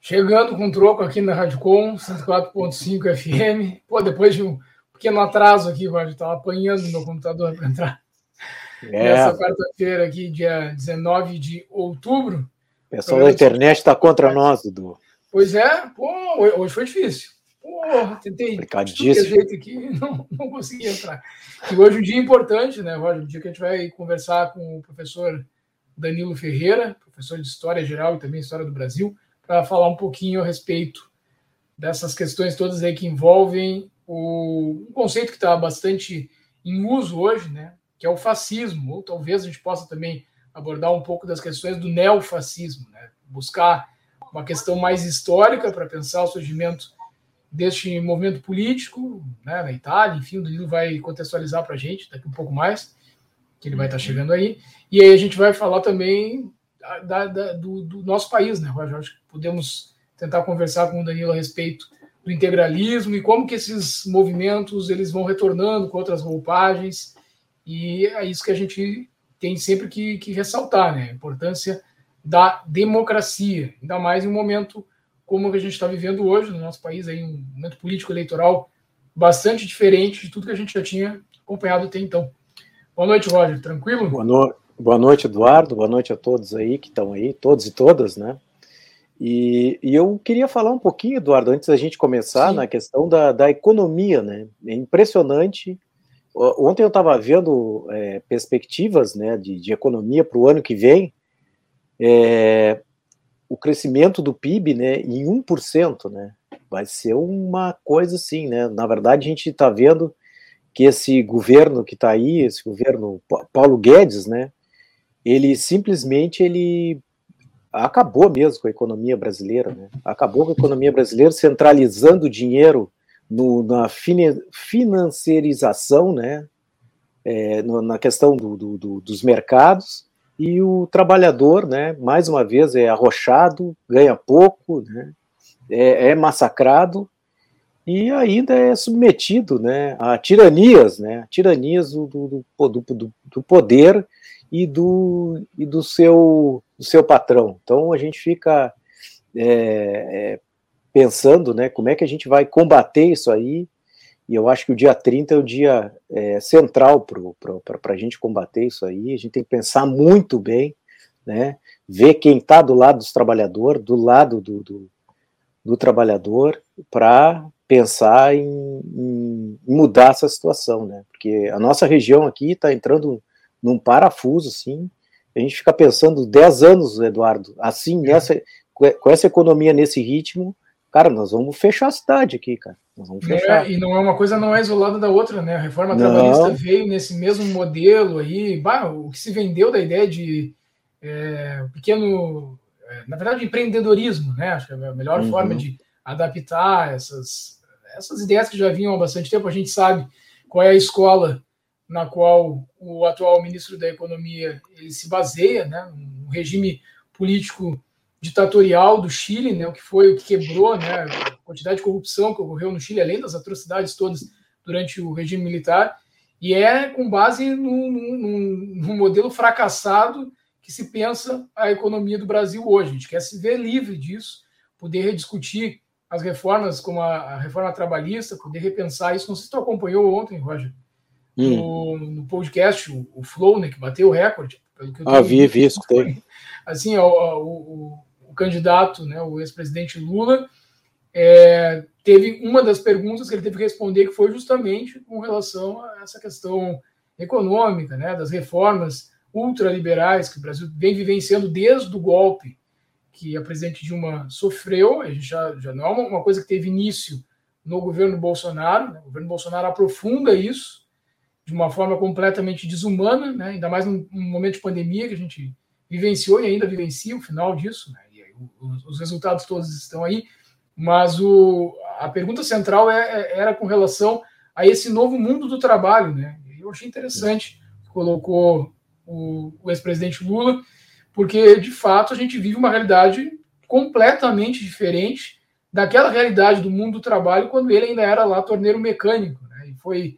Chegando com troco aqui na Rádio Com, 104.5 FM. Pô, depois de um pequeno atraso aqui, eu estava apanhando no meu computador para entrar. Nessa quarta-feira aqui, dia 19 de outubro. O pessoal da internet está contra nós, Dudu. Pois é, pô, hoje foi difícil. Porra, tentei de tudo jeito aqui, não consegui entrar. E hoje é um dia importante, né, Roger? Um dia que a gente vai conversar com o professor Danilo Ferreira, professor de História Geral e também História do Brasil, para falar um pouquinho a respeito dessas questões todas aí que envolvem um conceito que está bastante em uso hoje, né, que é o fascismo, ou talvez a gente possa também abordar um pouco das questões do neofascismo, né, buscar uma questão mais histórica para pensar o surgimento deste movimento político, né, na Itália. Enfim, o Danilo vai contextualizar para a gente daqui um pouco mais, que ele vai estar chegando aí. E aí a gente vai falar também do nosso país, né, Roger? Acho que podemos tentar conversar com o Danilo a respeito do integralismo e como que esses movimentos eles vão retornando com outras roupagens. E é isso que a gente tem sempre que ressaltar, né? A importância da democracia, ainda mais em um momento como o que a gente está vivendo hoje no nosso país, aí, um momento político-eleitoral bastante diferente de tudo que a gente já tinha acompanhado até então. Boa noite, Roger. Tranquilo? Boa noite, Eduardo. Boa noite a todos aí que estão aí, todos e todas, né? E eu queria falar um pouquinho, Eduardo, antes da gente começar, na questão da economia, né? É impressionante. Ontem eu estava vendo perspectivas, né, de economia para o ano que vem, o crescimento do PIB, né, em 1%, né? Vai ser uma coisa assim, né? Na verdade, a gente está vendo que esse governo que está aí, esse governo Paulo Guedes, né, ele simplesmente acabou mesmo com a economia brasileira, né? Acabou com a economia brasileira, centralizando o dinheiro na financiarização, né? Na questão dos mercados, e o trabalhador, né, mais uma vez, é arrochado, ganha pouco, né? É massacrado e ainda é submetido, né, a tiranias, né? Tiranias do poder e do seu patrão. Então a gente fica pensando, né, como é que a gente vai combater isso aí, e eu acho que o dia 30 é o dia central para a gente combater isso aí. A gente tem que pensar muito bem, né, ver quem está do lado dos trabalhadores, do lado do trabalhador, para pensar em mudar essa situação, né, porque a nossa região aqui está entrando num parafuso, assim. A gente fica pensando 10 anos, Eduardo, assim, com essa economia nesse ritmo, cara, nós vamos fechar a cidade aqui, cara. Nós vamos fechar. E não é uma coisa, não é isolada da outra, né? A reforma trabalhista veio nesse mesmo modelo aí. O que se vendeu da ideia de pequeno, na verdade, empreendedorismo, né? Acho que é a melhor forma de adaptar essas ideias que já vinham há bastante tempo. A gente sabe qual é a escola na qual o atual ministro da Economia ele se baseia, né? Um regime político ditatorial do Chile, né? O que quebrou, né? A quantidade de corrupção que ocorreu no Chile, além das atrocidades todas durante o regime militar, e é com base num modelo fracassado que se pensa a economia do Brasil hoje. A gente quer se ver livre disso, poder rediscutir as reformas, como a reforma trabalhista, poder repensar isso. Não sei se tu acompanhou ontem, Roger, no podcast, o Flow, né, que bateu o recorde. Pelo que eu vi, escutei. Assim, o candidato, né, o ex-presidente Lula, teve uma das perguntas que ele teve que responder, que foi justamente com relação a essa questão econômica, né, das reformas ultraliberais que o Brasil vem vivenciando desde o golpe que a presidente Dilma sofreu. A gente já não é uma coisa que teve início no governo Bolsonaro, né? O governo Bolsonaro aprofunda isso de uma forma completamente desumana, né? Ainda mais num momento de pandemia que a gente vivenciou e ainda vivencia o final disso, né? E aí, os resultados todos estão aí, mas a pergunta central era com relação a esse novo mundo do trabalho, né? Eu achei interessante que colocou o ex-presidente Lula, porque, de fato, a gente vive uma realidade completamente diferente daquela realidade do mundo do trabalho quando ele ainda era lá torneiro mecânico, né? E foi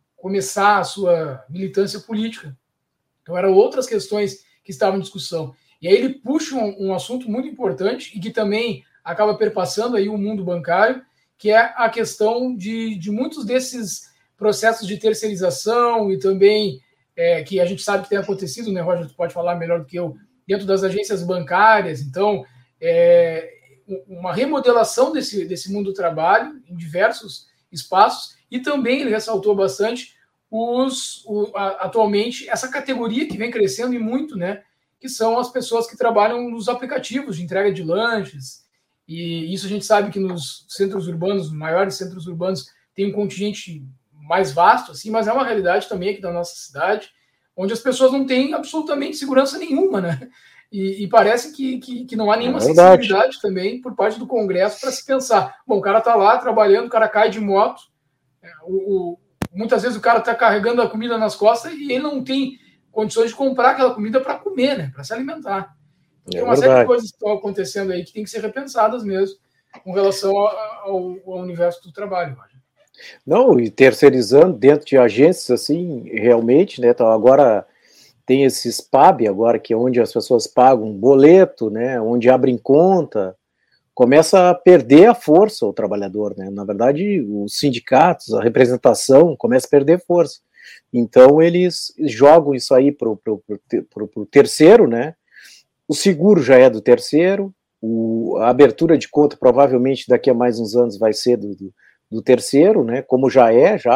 começar a sua militância política. Então, eram outras questões que estavam em discussão. E aí ele puxa um assunto muito importante e que também acaba perpassando aí o mundo bancário, que é a questão de muitos desses processos de terceirização e também que a gente sabe que tem acontecido, né, Roger, tu pode falar melhor do que eu, dentro das agências bancárias. Então, uma remodelação desse mundo do trabalho em diversos espaços, e também ele ressaltou bastante atualmente essa categoria que vem crescendo e muito, né, que são as pessoas que trabalham nos aplicativos de entrega de lanches, e isso a gente sabe que nos centros urbanos, maiores centros urbanos, tem um contingente mais vasto, assim, mas é uma realidade também aqui da nossa cidade, onde as pessoas não têm absolutamente segurança nenhuma, né? E parece que não há nenhuma sensibilidade também por parte do Congresso para se pensar. Bom, o cara está lá trabalhando, o cara cai de moto, muitas vezes o cara está carregando a comida nas costas e ele não tem condições de comprar aquela comida para comer, né? Para se alimentar. Tem uma série de coisas que estão acontecendo aí que tem que ser repensadas mesmo com relação ao universo do trabalho. Não, e terceirizando dentro de agências, assim, realmente, né? Então agora tem esse SPAB agora, que é onde as pessoas pagam um boleto, né? Onde abrem conta, começa a perder a força o trabalhador, né? Na verdade, os sindicatos, a representação começa a perder força. Então eles jogam isso aí pro terceiro, né? O seguro já é do terceiro, a abertura de conta provavelmente daqui a mais uns anos vai ser do terceiro, né? Como já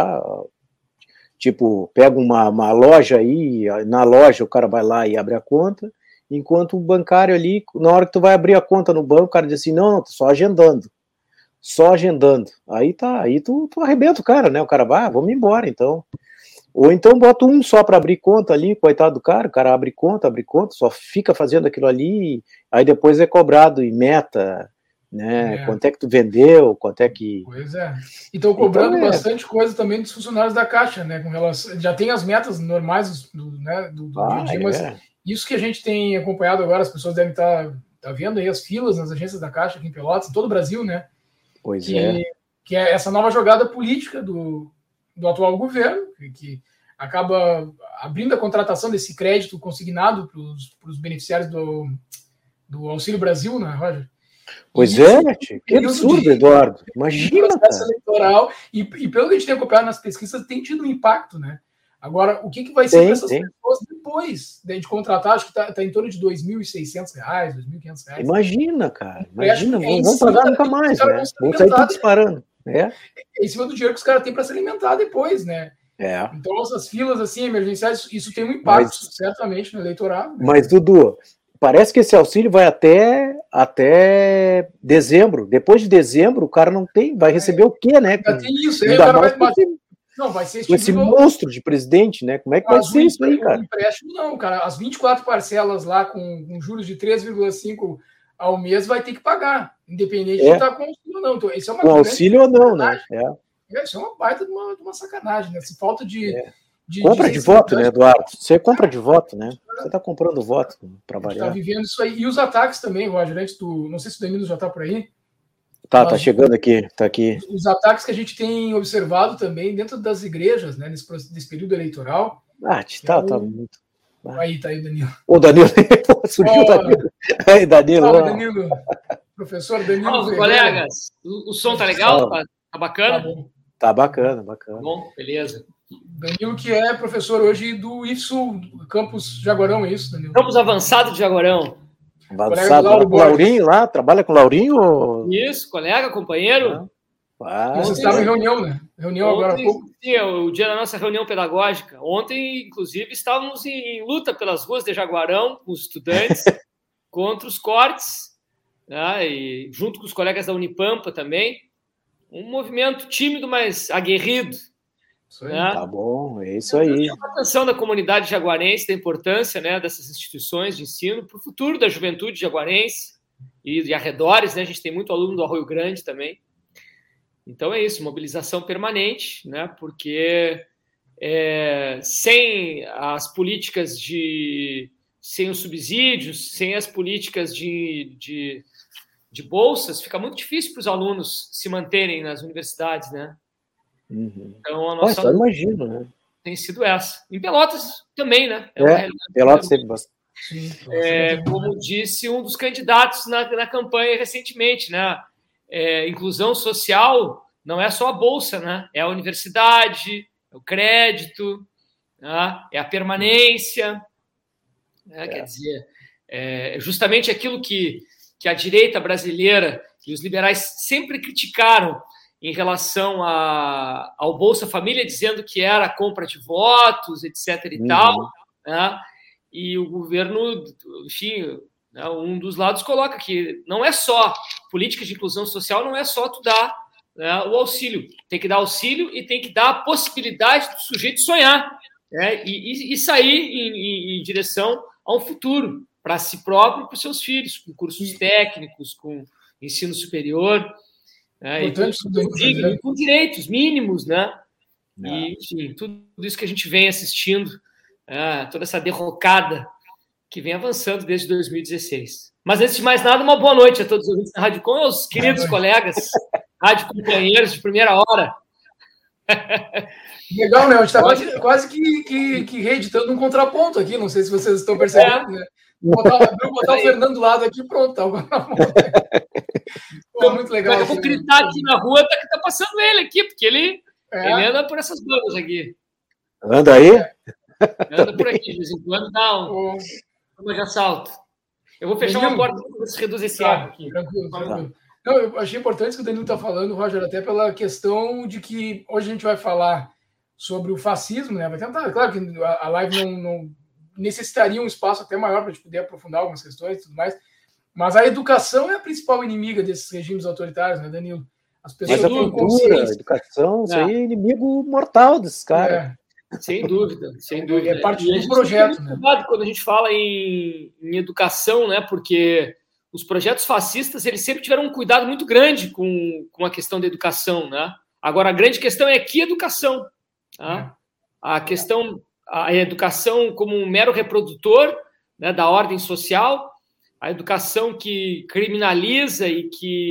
tipo, pega uma loja aí, na loja o cara vai lá e abre a conta, enquanto o bancário ali, na hora que tu vai abrir a conta no banco, o cara diz assim, não, tô só agendando. Aí tu arrebenta o cara, né? O cara vai, vamos embora, então. Ou então bota um só para abrir conta ali, coitado do cara, o cara abre conta, só fica fazendo aquilo ali, aí depois é cobrado em meta, né? Quanto é que tu vendeu, quanto é que... Pois é. E estão cobrando bastante coisa também dos funcionários da Caixa, né? Com relação... Já tem as metas normais do dia a dia, mas isso que a gente tem acompanhado agora, as pessoas devem estar vendo aí as filas nas agências da Caixa aqui em Pelotas, em todo o Brasil, né? Que é essa nova jogada política do atual governo, que acaba abrindo a contratação desse crédito consignado para os beneficiários do Auxílio Brasil, né, Roger? Pois que absurdo, Eduardo. Imagina, processo eleitoral, e pelo que a gente tem acompanhado nas pesquisas, tem tido um impacto, né? Agora, o que vai ser para essas pessoas depois de contratar? Acho que está em torno de R$ 2.600, R$ 2.500. Imagina, cara. Imagina, não vão pagar nunca mais, né? Vão sair tudo disparando. É em cima do dinheiro que os caras têm para se alimentar depois, né? Então, essas filas assim, emergenciais, isso tem um impacto, certamente, no eleitorado. Né? Mas, Dudu, parece que esse auxílio vai até dezembro. Depois de dezembro, o cara não tem, vai receber o quê, né? Já tem isso, aí o cara vai bater. Não, vai ser esse monstro de presidente, né? Como é que vai ser isso aí, cara? O empréstimo não, cara. As 24 parcelas lá com juros de 3,5 ao mês vai ter que pagar, independente de estar com auxílio ou não. Então, isso é uma com auxílio ou não, né? Isso é uma baita de uma sacanagem, né? Se falta de compra de voto, né, Eduardo? Você compra de voto, né? Você está comprando voto para variar. Está vivendo isso aí. E os ataques também, Roger, antes não sei se o Danilo já está por aí. Tá chegando aqui, tá aqui. Os ataques que a gente tem observado também dentro das igrejas, né, nesse período eleitoral. Tá muito. Aí, tá aí o Danilo. O Danilo, surgiu o Danilo. Aí, Danilo. Salve, Danilo. Professor Danilo. Olá, colegas. O som tá legal? Tá bacana? Tá bom. Tá bacana. Tá bom, beleza. Danilo, que é professor hoje do IFSU, campus Jaguarão, é isso, Danilo? Campus Avançado de Jaguarão. Avançado, com o Laurinho lá, trabalha com o Laurinho? Ou... Isso, colega, companheiro. Vocês estavam em reunião, né? Reunião ontem, agora há pouco. Sim, é o dia da nossa reunião pedagógica. Ontem, inclusive, estávamos em luta pelas ruas de Jaguarão, com os estudantes, contra os cortes, né? E junto com os colegas da Unipampa também. Um movimento tímido, mas aguerrido. Isso aí, né? Tá bom, é isso aí. A atenção da comunidade jaguarense, da importância, né, dessas instituições de ensino para o futuro da juventude jaguarense e arredores, né? A gente tem muito aluno do Arroio Grande também. Então é isso, mobilização permanente, né? Porque sem as políticas sem os subsídios, sem as políticas de bolsas, fica muito difícil para os alunos se manterem nas universidades, né? Uhum. Então a nossa imagino, né? Tem sido essa. Em Pelotas também, né? Pelotas teve bastante. Sim, como disse um dos candidatos na campanha recentemente, né? Inclusão social não é só a bolsa, né? É a universidade, é o crédito, né? É a permanência, né? Quer dizer, justamente aquilo que a direita brasileira e os liberais sempre criticaram em relação ao Bolsa Família, dizendo que era a compra de votos, etc. e tal, né? E o governo, enfim, né, um dos lados coloca que não é só política de inclusão social, não é só tu dar, né, o auxílio. Tem que dar auxílio e tem que dar a possibilidade do sujeito sonhar, né, e sair em direção a um futuro para si próprio e para os seus filhos, com cursos técnicos, com ensino superior, né, e com direitos mínimos, né? E, enfim, tudo isso que a gente vem assistindo, toda essa derrocada que vem avançando desde 2016. Mas, antes de mais nada, uma boa noite a todos os ouvintes da Rádio Com, aos queridos colegas, rádio companheiros de primeira hora. Legal, né? A gente está quase que reeditando um contraponto aqui, não sei se vocês estão percebendo, né? Botar o Fernando do lado aqui, pronto, tá o contraponto. Muito legal. Eu vou gritar aqui na rua, tá passando ele aqui, porque ele anda por essas bandas aqui. Anda aí? Anda por aqui, de vez em quando dá uma de assalto. Eu vou fechar uma porta para se reduzir esse ar aqui. Tranquilo. Não, eu achei importante isso que o Danilo está falando, Roger, até pela questão de que hoje a gente vai falar sobre o fascismo, né? Vai tentar, claro que a live não necessitaria um espaço até maior para a gente poder aprofundar algumas questões e tudo mais, mas a educação é a principal inimiga desses regimes autoritários, né, Danilo? As pessoas têm consciência. A educação, isso aí é inimigo mortal desses caras. Sem dúvida, sem dúvida. É parte do projeto, né? Quando a gente fala em educação, né? Porque os projetos fascistas, eles sempre tiveram um cuidado muito grande com a questão da educação, né? Agora, a grande questão é que educação, tá? A educação como um mero reprodutor, né, da ordem social, a educação que criminaliza e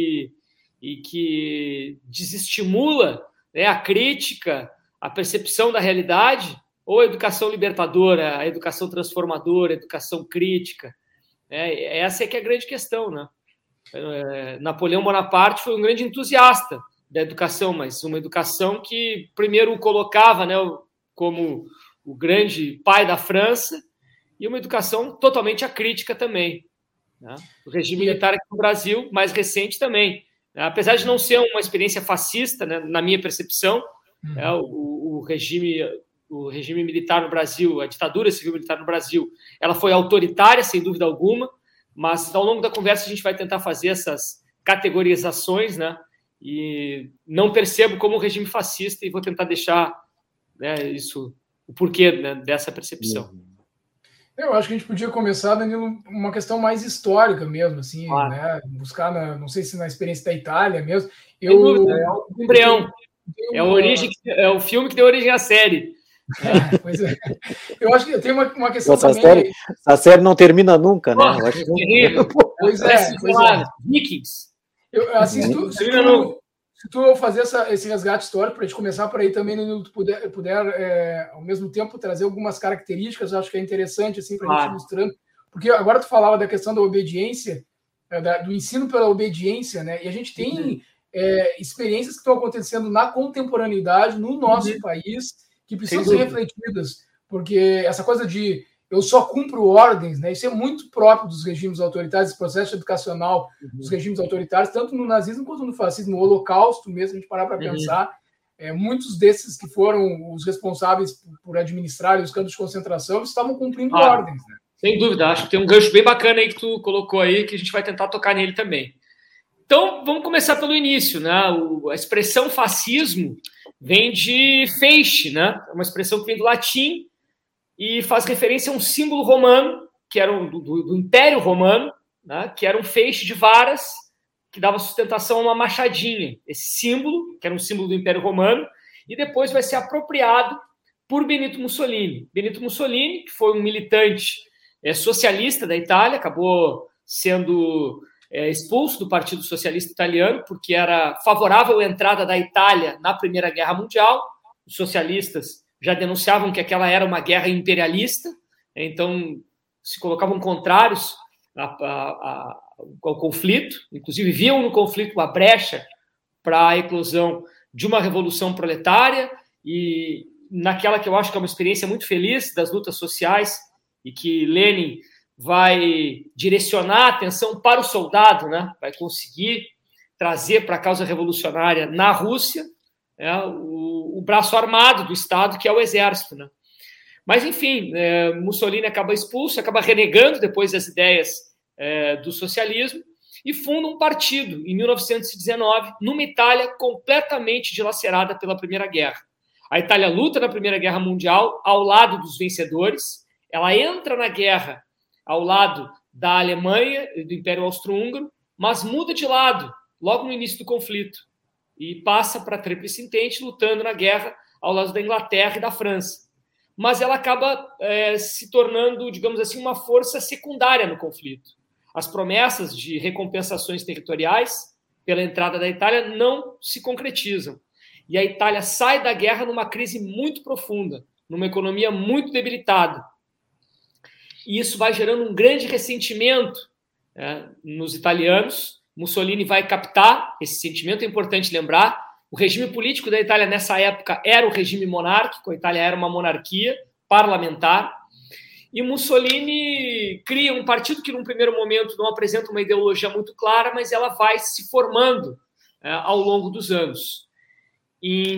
que desestimula, né, a crítica, a percepção da realidade, ou a educação libertadora, a educação transformadora, a educação crítica. Essa é que é a grande questão, né? Napoleão Bonaparte foi um grande entusiasta da educação, mas uma educação que primeiro o colocava, né, como o grande pai da França, e uma educação totalmente acrítica também, né? O regime militar aqui no Brasil, mais recente também, né? Apesar de não ser uma experiência fascista, né, na minha percepção, o regime militar no Brasil, a ditadura civil militar no Brasil, ela foi autoritária, sem dúvida alguma, mas ao longo da conversa a gente vai tentar fazer essas categorizações, né? E não percebo como um regime fascista e vou tentar deixar, né, o porquê, né, dessa percepção. Eu acho que a gente podia começar, Danilo, uma questão mais histórica mesmo, assim, né? Buscar, não sei se na experiência da Itália mesmo. Sem dúvida, é o embrião. É o filme que deu origem à série. Pois é. Eu acho que tem uma questão essa série não termina nunca, né? Eu acho terrível. Pois é. Vikings. Se tu fazer esse resgate histórico, para a gente começar por aí também, Danilo, tu puder ao mesmo tempo trazer algumas características, eu acho que é interessante assim, para a gente ir ilustrando. Porque agora tu falava da questão da obediência, do ensino pela obediência, né? E a gente tem experiências que estão acontecendo na contemporaneidade, no nosso país, que precisam ser refletidas, porque essa coisa de eu só cumpro ordens, né? Isso é muito próprio dos regimes autoritários, esse processo educacional dos regimes autoritários, tanto no nazismo quanto no fascismo, no Holocausto mesmo, a gente parar para pensar, muitos desses que foram os responsáveis por administrar os campos de concentração estavam cumprindo ordens, né? Sem dúvida, acho que tem um gancho bem bacana aí que tu colocou aí, que a gente vai tentar tocar nele também. Então, vamos começar pelo início, né? A expressão fascismo vem de feixe, né? É uma expressão que vem do latim e faz referência a um símbolo romano, que era do Império Romano, né? Que era um feixe de varas que dava sustentação a uma machadinha. Esse símbolo, que era um símbolo do Império Romano, e depois vai ser apropriado por Benito Mussolini. Benito Mussolini, que foi um militante socialista da Itália, acabou sendo expulso do Partido Socialista Italiano, porque era favorável à entrada da Itália na Primeira Guerra Mundial. Os socialistas já denunciavam que aquela era uma guerra imperialista, então se colocavam contrários ao conflito, inclusive viam no conflito uma brecha para a eclosão de uma revolução proletária, e naquela que eu acho que é uma experiência muito feliz das lutas sociais, e que Lenin vai direcionar a atenção para o soldado, né? Vai conseguir trazer para a causa revolucionária na Rússia o braço armado do Estado, que é o exército, né? Mas, enfim, Mussolini acaba expulso, acaba renegando depois das ideias do socialismo e funda um partido, em 1919, numa Itália completamente dilacerada pela Primeira Guerra. A Itália luta na Primeira Guerra Mundial ao lado dos vencedores, ela entra na guerra ao lado da Alemanha e do Império Austro-Húngaro, mas muda de lado logo no início do conflito e passa para a Tríplice Entente, lutando na guerra ao lado da Inglaterra e da França. Mas ela acaba se tornando, digamos assim, uma força secundária no conflito. As promessas de recompensações territoriais pela entrada da Itália não se concretizam. E a Itália sai da guerra numa crise muito profunda, numa economia muito debilitada. E isso vai gerando um grande ressentimento nos italianos. Mussolini vai captar esse sentimento, é importante lembrar. O regime político da Itália nessa época era o regime monárquico, a Itália era uma monarquia parlamentar, e Mussolini cria um partido que, num primeiro momento, não apresenta uma ideologia muito clara, mas ela vai se formando ao longo dos anos. Em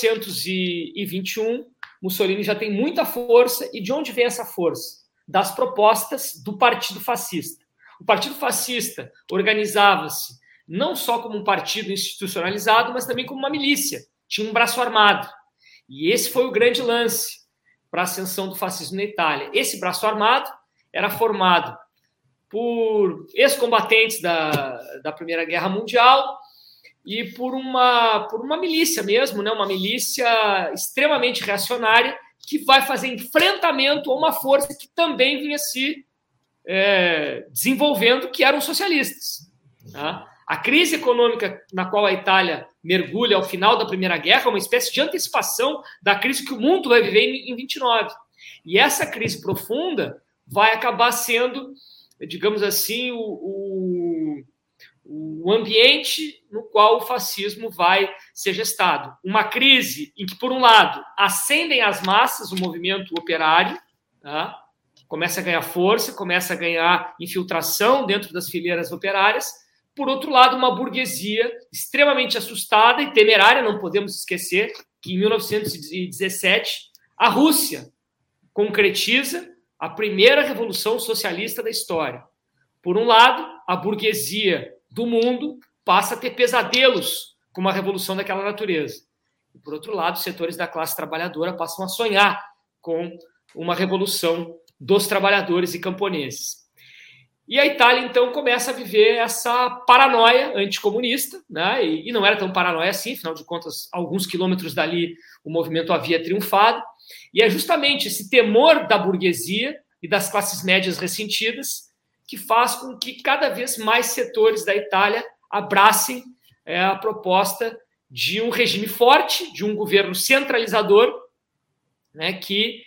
1921, Mussolini já tem muita força, e de onde vem essa força? Das propostas do Partido Fascista. O Partido Fascista organizava-se não só como um partido institucionalizado, mas também como uma milícia. Tinha um braço armado. E esse foi o grande lance para a ascensão do fascismo na Itália. Esse braço armado era formado por ex-combatentes da Primeira Guerra Mundial e por uma milícia mesmo, né? Uma milícia extremamente reacionária que vai fazer enfrentamento a uma força que também vinha se desenvolvendo, que eram os socialistas. Tá? A crise econômica na qual a Itália mergulha ao final da Primeira Guerra é uma espécie de antecipação da crise que o mundo vai viver em 29. E essa crise profunda vai acabar sendo, digamos assim, o ambiente no qual o fascismo vai ser gestado. Uma crise em que, por um lado, ascendem as massas, o movimento operário, tá? Começa a ganhar força, começa a ganhar infiltração dentro das fileiras operárias. Por outro lado, uma burguesia extremamente assustada e temerária. Não podemos esquecer que, em 1917, a Rússia concretiza a primeira revolução socialista da história. Por um lado, a burguesia do mundo passa a ter pesadelos com uma revolução daquela natureza. E, por outro lado, os setores da classe trabalhadora passam a sonhar com uma revolução dos trabalhadores e camponeses. E a Itália, então, começa a viver essa paranoia anticomunista, né? E não era tão paranoia assim, afinal de contas, alguns quilômetros dali o movimento havia triunfado. E é justamente esse temor da burguesia e das classes médias ressentidas que faz com que cada vez mais setores da Itália abracem a proposta de um regime forte, de um governo centralizador, né, que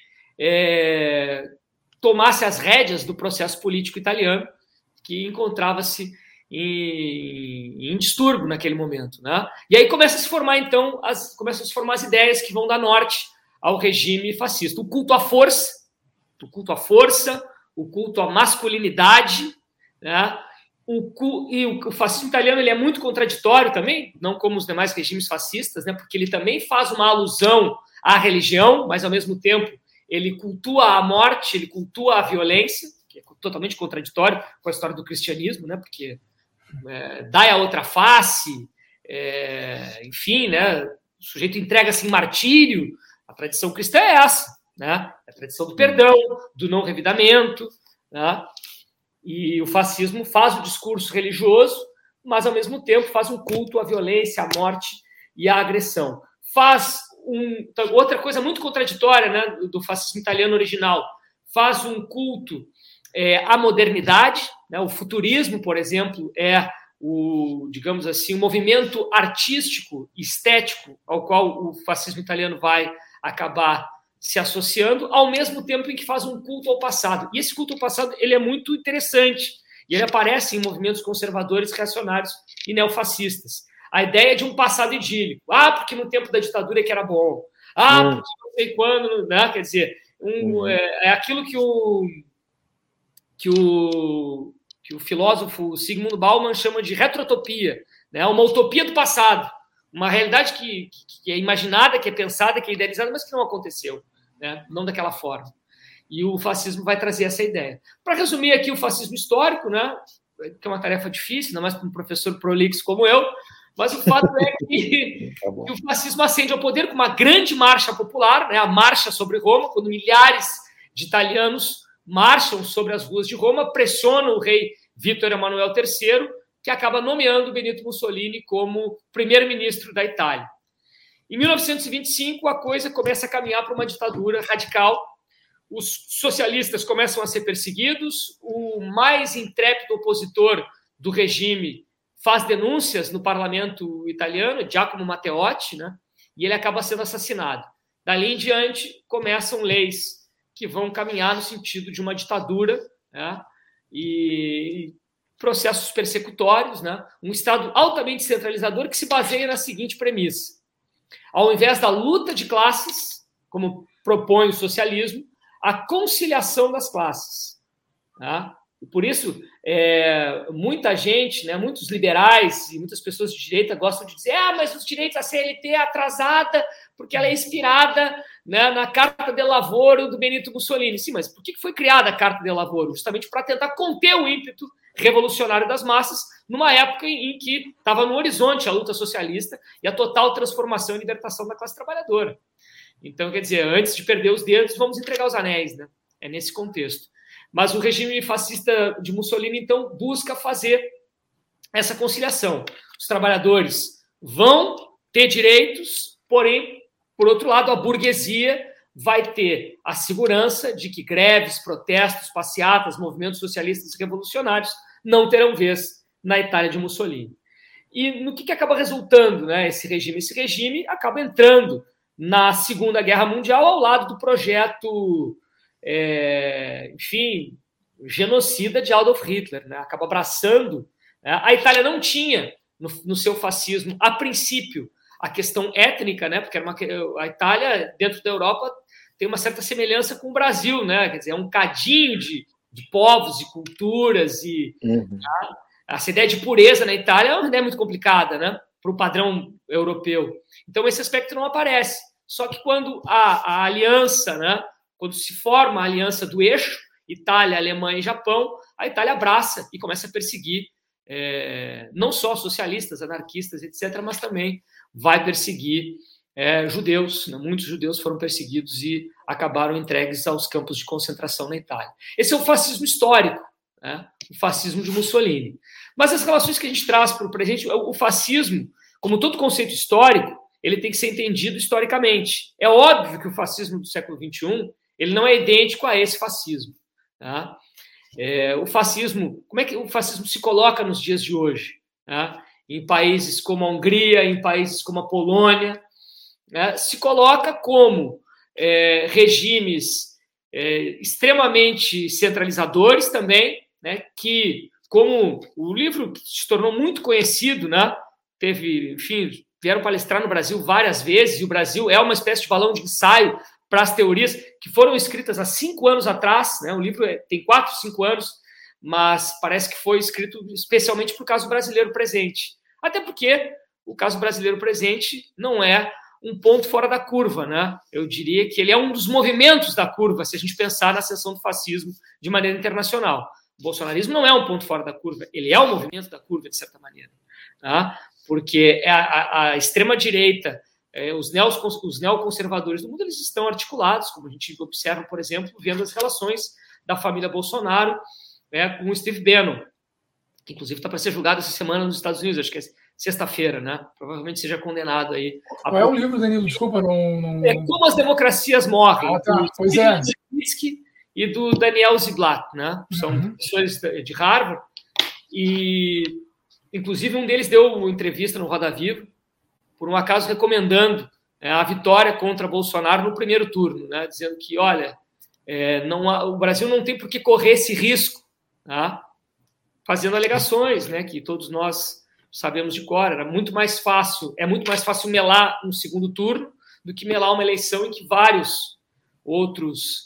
tomasse as rédeas do processo político italiano, que encontrava-se em distúrbio naquele momento, né? E aí começam a se formar, então, as ideias que vão dar norte ao regime fascista. O culto à força, o culto à masculinidade, né? E o fascismo italiano ele é muito contraditório também, não como os demais regimes fascistas, né? Porque ele também faz uma alusão à religião, mas, ao mesmo tempo, ele cultua a morte, ele cultua a violência, que é totalmente contraditório com a história do cristianismo, né? Porque dá a outra face, enfim, né? O sujeito entrega-se em martírio. A tradição cristã é essa, né? A tradição do perdão, do não revidamento, né? E o fascismo faz o discurso religioso, mas, ao mesmo tempo, faz um culto à violência, à morte e à agressão. Faz outra coisa muito contraditória, né, do fascismo italiano original, faz um culto à modernidade, né? O futurismo, por exemplo, é digamos assim, o movimento artístico, estético, ao qual o fascismo italiano vai acabar se associando, ao mesmo tempo em que faz um culto ao passado. E esse culto ao passado ele é muito interessante, e ele aparece em movimentos conservadores, reacionários e neofascistas. A ideia de um passado idílico. Porque no tempo da ditadura é que era bom. Porque não sei quando... Né? Quer dizer, é aquilo que o filósofo Zygmunt Bauman chama de retrotopia, né? Uma utopia do passado, uma realidade que é imaginada, que é pensada, que é idealizada, mas que não aconteceu, né? Não daquela forma. E o fascismo vai trazer essa ideia. Para resumir aqui o fascismo histórico, né? Que é uma tarefa difícil, ainda mais para um professor prolixo como eu, mas o fato é que o fascismo ascende ao poder com uma grande marcha popular, né? A marcha sobre Roma, quando milhares de italianos marcham sobre as ruas de Roma, pressionam o rei Vítor Emanuel III, que acaba nomeando Benito Mussolini como primeiro-ministro da Itália. Em 1925, a coisa começa a caminhar para uma ditadura radical. Os socialistas começam a ser perseguidos, o mais intrépido opositor do regime faz denúncias no parlamento italiano, Giacomo Matteotti, né? E ele acaba sendo assassinado. Dali em diante, começam leis que vão caminhar no sentido de uma ditadura, né? E processos persecutórios, né? Um Estado altamente centralizador que se baseia na seguinte premissa: ao invés da luta de classes, como propõe o socialismo, a conciliação das classes. Tá? E por isso, muita gente, né, muitos liberais e muitas pessoas de direita gostam de dizer mas os direitos, a CLT é atrasada porque ela é inspirada, né, na Carta del Lavoro do Benito Mussolini. Sim, mas por que foi criada a Carta del Lavoro? Justamente para tentar conter o ímpeto revolucionário das massas, numa época em que estava no horizonte a luta socialista e a total transformação e libertação da classe trabalhadora. Então, quer dizer, antes de perder os dedos, vamos entregar os anéis, né? É nesse contexto. Mas o regime fascista de Mussolini, então, busca fazer essa conciliação. Os trabalhadores vão ter direitos, porém, por outro lado, a burguesia vai ter a segurança de que greves, protestos, passeatas, movimentos socialistas e revolucionários não terão vez na Itália de Mussolini. E no que acaba resultando, né, esse regime? Esse regime acaba entrando na Segunda Guerra Mundial ao lado do projeto, genocida de Adolf Hitler, né? Acaba abraçando. A Itália não tinha, no seu fascismo, a princípio, a questão étnica, né? Porque a Itália, dentro da Europa, tem uma certa semelhança com o Brasil, né? Quer dizer, é um cadinho de povos e culturas e essa ideia de pureza na Itália é uma ideia muito complicada, né? Para o padrão europeu. Então, esse aspecto não aparece. Só que quando a aliança, né? Quando se forma a aliança do eixo, Itália, Alemanha e Japão, a Itália abraça e começa a perseguir não só socialistas, anarquistas, etc., mas também vai perseguir judeus. Né? Muitos judeus foram perseguidos e acabaram entregues aos campos de concentração na Itália. Esse é o fascismo histórico, né? O fascismo de Mussolini. Mas as relações que a gente traz para o presente, o fascismo, como todo conceito histórico, ele tem que ser entendido historicamente. É óbvio que o fascismo do século XXI ele não é idêntico a esse fascismo. Tá? O fascismo, como é que o fascismo se coloca nos dias de hoje? Tá? Em países como a Hungria, em países como a Polônia, né? Se coloca como regimes extremamente centralizadores também, né? Que, como o livro se tornou muito conhecido, né? Vieram palestrar no Brasil várias vezes, e o Brasil é uma espécie de balão de ensaio para as teorias que foram escritas há 5 anos atrás, né? O livro tem 4, 5 anos, mas parece que foi escrito especialmente para o caso brasileiro presente. Até porque o caso brasileiro presente não é um ponto fora da curva, né? Eu diria que ele é um dos movimentos da curva, se a gente pensar na ascensão do fascismo de maneira internacional. O bolsonarismo não é um ponto fora da curva, ele é um movimento da curva, de certa maneira. Tá? Porque a extrema-direita, os neoconservadores do mundo, eles estão articulados, como a gente observa, por exemplo, vendo as relações da família Bolsonaro com o Steve Bannon, que inclusive está para ser julgado essa semana nos Estados Unidos, acho que é sexta-feira, né? Provavelmente seja condenado aí. Qual é o livro, Danilo? Desculpa, não... Como as democracias morrem. Tá. Pois é. Do Linsky e do Daniel Ziblatt, né? São professores de Harvard. E, inclusive, um deles deu uma entrevista no Roda Viva, por um acaso recomendando a vitória contra Bolsonaro no primeiro turno, né? Dizendo que, olha, o Brasil não tem por que correr esse risco, tá? Fazendo alegações, né, que todos nós sabemos de cor. É muito mais fácil melar um segundo turno do que melar uma eleição em que vários outros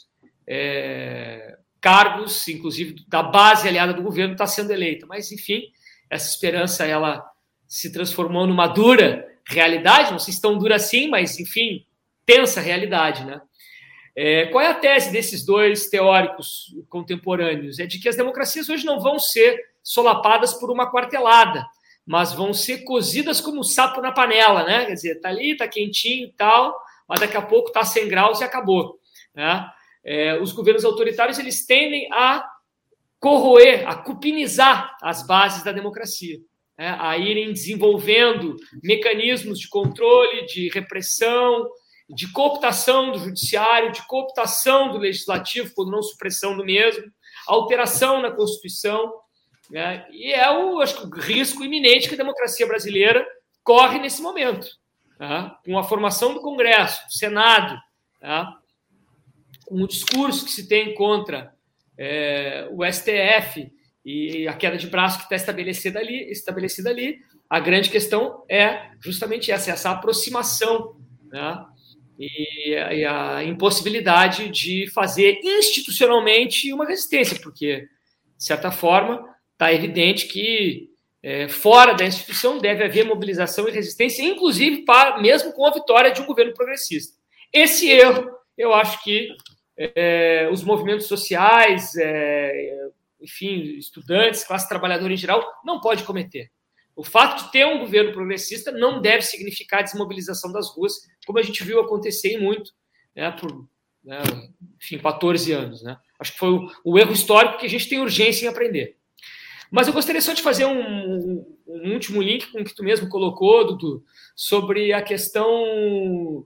cargos, inclusive da base aliada do governo, está sendo eleita. Mas, enfim, essa esperança ela se transformou numa dura realidade, não sei se tão dura assim, mas, enfim, tensa realidade, né? Qual é a tese desses dois teóricos contemporâneos? É de que as democracias hoje não vão ser solapadas por uma quartelada, mas vão ser cozidas como sapo na panela, né? Quer dizer, tá ali, tá quentinho e tal, mas daqui a pouco tá 100 graus e acabou, né? Os governos autoritários, eles tendem a corroer, a cupinizar as bases da democracia, né? A irem desenvolvendo mecanismos de controle, de repressão, de cooptação do judiciário, de cooptação do legislativo, quando não supressão do mesmo, alteração na Constituição, né? E acho que o risco iminente que a democracia brasileira corre nesse momento, tá? Com a formação do Congresso, do Senado, tá? Com o discurso que se tem contra o STF e a queda de braço que está estabelecida ali, a grande questão é justamente essa aproximação, né? E a impossibilidade de fazer institucionalmente uma resistência, porque, de certa forma, está evidente que fora da instituição deve haver mobilização e resistência, inclusive mesmo com a vitória de um governo progressista. Esse erro, eu acho que os movimentos sociais, enfim, estudantes, classe trabalhadora em geral, não pode cometer. O fato de ter um governo progressista não deve significar desmobilização das ruas, como a gente viu acontecer em muito, né, por 14 anos. Né? Acho que foi o erro histórico que a gente tem urgência em aprender. Mas eu gostaria só de fazer um último link com o que tu mesmo colocou, Dudu, sobre a questão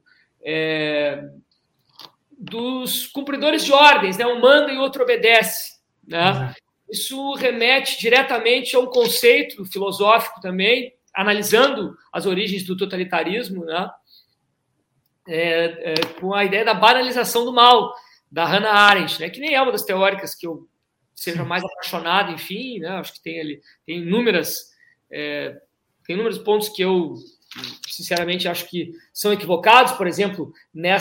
dos cumpridores de ordens, né? Um manda e outro obedece, né? Isso remete diretamente a um conceito filosófico também, analisando as origens do totalitarismo, né? Com a ideia da banalização do mal, da Hannah Arendt, né? Que nem é uma das teóricas que eu seja mais apaixonado, enfim, né? Acho que tem inúmeros pontos que eu, sinceramente, acho que são equivocados, por exemplo,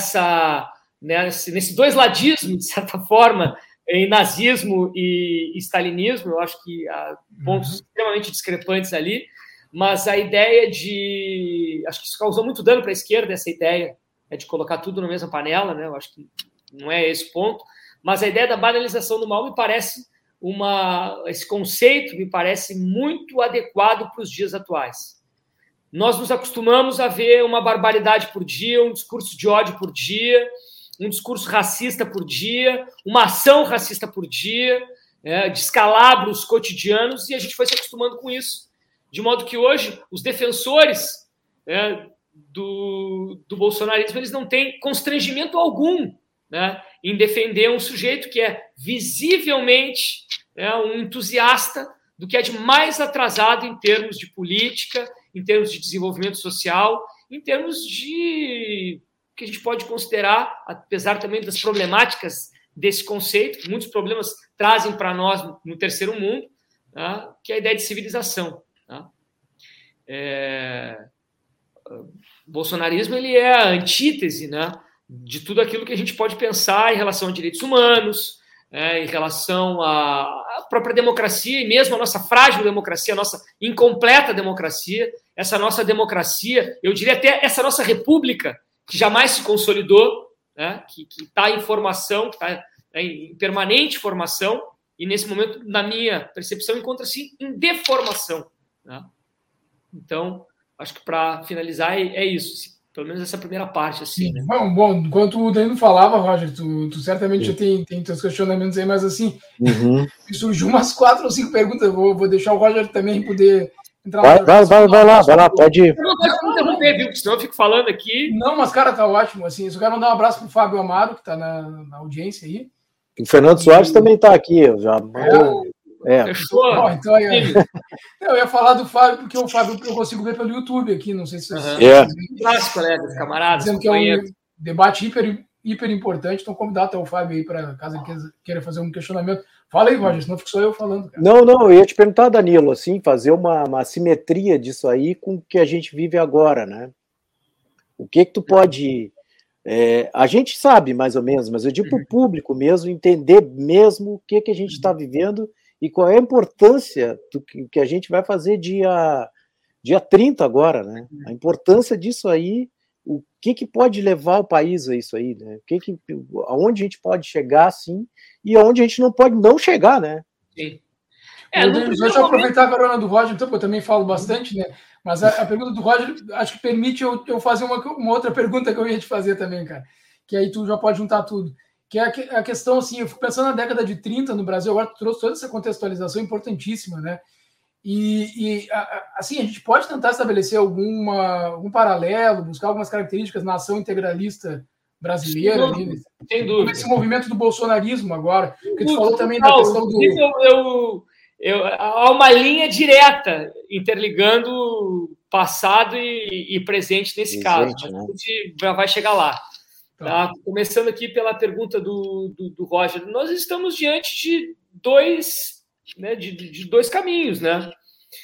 nesse doisladismo, de certa forma, em nazismo e stalinismo. Eu acho que há pontos extremamente discrepantes ali, mas a ideia acho que isso causou muito dano para a esquerda, essa ideia de colocar tudo na mesma panela, né? Eu acho que não é esse o ponto, mas a ideia da banalização do mal me parece esse conceito me parece muito adequado para os dias atuais. Nós nos acostumamos a ver uma barbaridade por dia, um discurso de ódio por dia, um discurso racista por dia, uma ação racista por dia, descalabros cotidianos, e a gente foi se acostumando com isso. De modo que hoje os defensores do bolsonarismo, eles não têm constrangimento algum, né, em defender um sujeito que é visivelmente um entusiasta do que é de mais atrasado em termos de política, em termos de desenvolvimento social, em termos de que a gente pode considerar, apesar também das problemáticas desse conceito, que muitos problemas trazem para nós no terceiro mundo, tá? Que é a ideia de civilização. Tá? O bolsonarismo ele é a antítese, né, de tudo aquilo que a gente pode pensar em relação a direitos humanos, em relação à própria democracia e mesmo a nossa frágil democracia, a nossa incompleta democracia, essa nossa democracia, eu diria até essa nossa república, que jamais se consolidou, né, que está em formação, que está em permanente formação, e nesse momento, na minha percepção, encontra-se em deformação. Né? Então, acho que para finalizar é isso, pelo menos essa primeira parte. Assim, né? Bom, enquanto o Danilo falava, Roger, tu certamente já tem teus questionamentos aí, mas assim, surgiu umas 4 ou 5 perguntas, eu vou deixar o Roger também poder entrar vai lá, pode ir. Eu não gosto de interromper, viu? Porque senão eu fico falando aqui. Não, mas, cara, tá ótimo. Assim, eu só quero mandar um abraço pro Fábio Amaro, que tá na audiência aí. O Fernando Soares também tá aqui, eu já mandou Fechou? Então, eu ia falar do Fábio, porque o Fábio eu consigo ver pelo YouTube aqui, não sei se vocês... Abraço, colegas, camaradas. Dizendo que é um debate hiper importante, então convidar até o Fábio aí para caso ele queira fazer um questionamento. Fala aí, Roger, senão fico só eu falando. Cara. Não, eu ia te perguntar, Danilo, assim, fazer uma simetria disso aí com o que a gente vive agora, né? O que tu pode... a gente sabe mais ou menos, mas eu digo para o público mesmo, entender mesmo o que a gente está vivendo e qual é a importância do que a gente vai fazer dia 30 agora, né? A importância disso aí, o que pode levar o país a isso aí, né? Aonde a gente pode chegar, assim, e aonde a gente não pode não chegar, né? Sim. Deixa eu aproveitar a carona do Roger, então, porque eu também falo bastante, né? Mas a pergunta do Roger, acho que permite eu fazer uma outra pergunta que eu ia te fazer também, cara. Que aí tu já pode juntar tudo. Que é a questão, assim, eu fico pensando na década de 30 no Brasil, agora tu trouxe toda essa contextualização importantíssima, né? Assim, a gente pode tentar estabelecer algum paralelo, buscar algumas características na ação integralista brasileira. Sem dúvida. Esse movimento do bolsonarismo agora, que tu falou também da questão do... há uma linha direta interligando passado e presente nesse caso. Mas a gente já vai chegar lá. Tá? Começando aqui pela pergunta do Roger. Nós estamos diante de dois caminhos, né?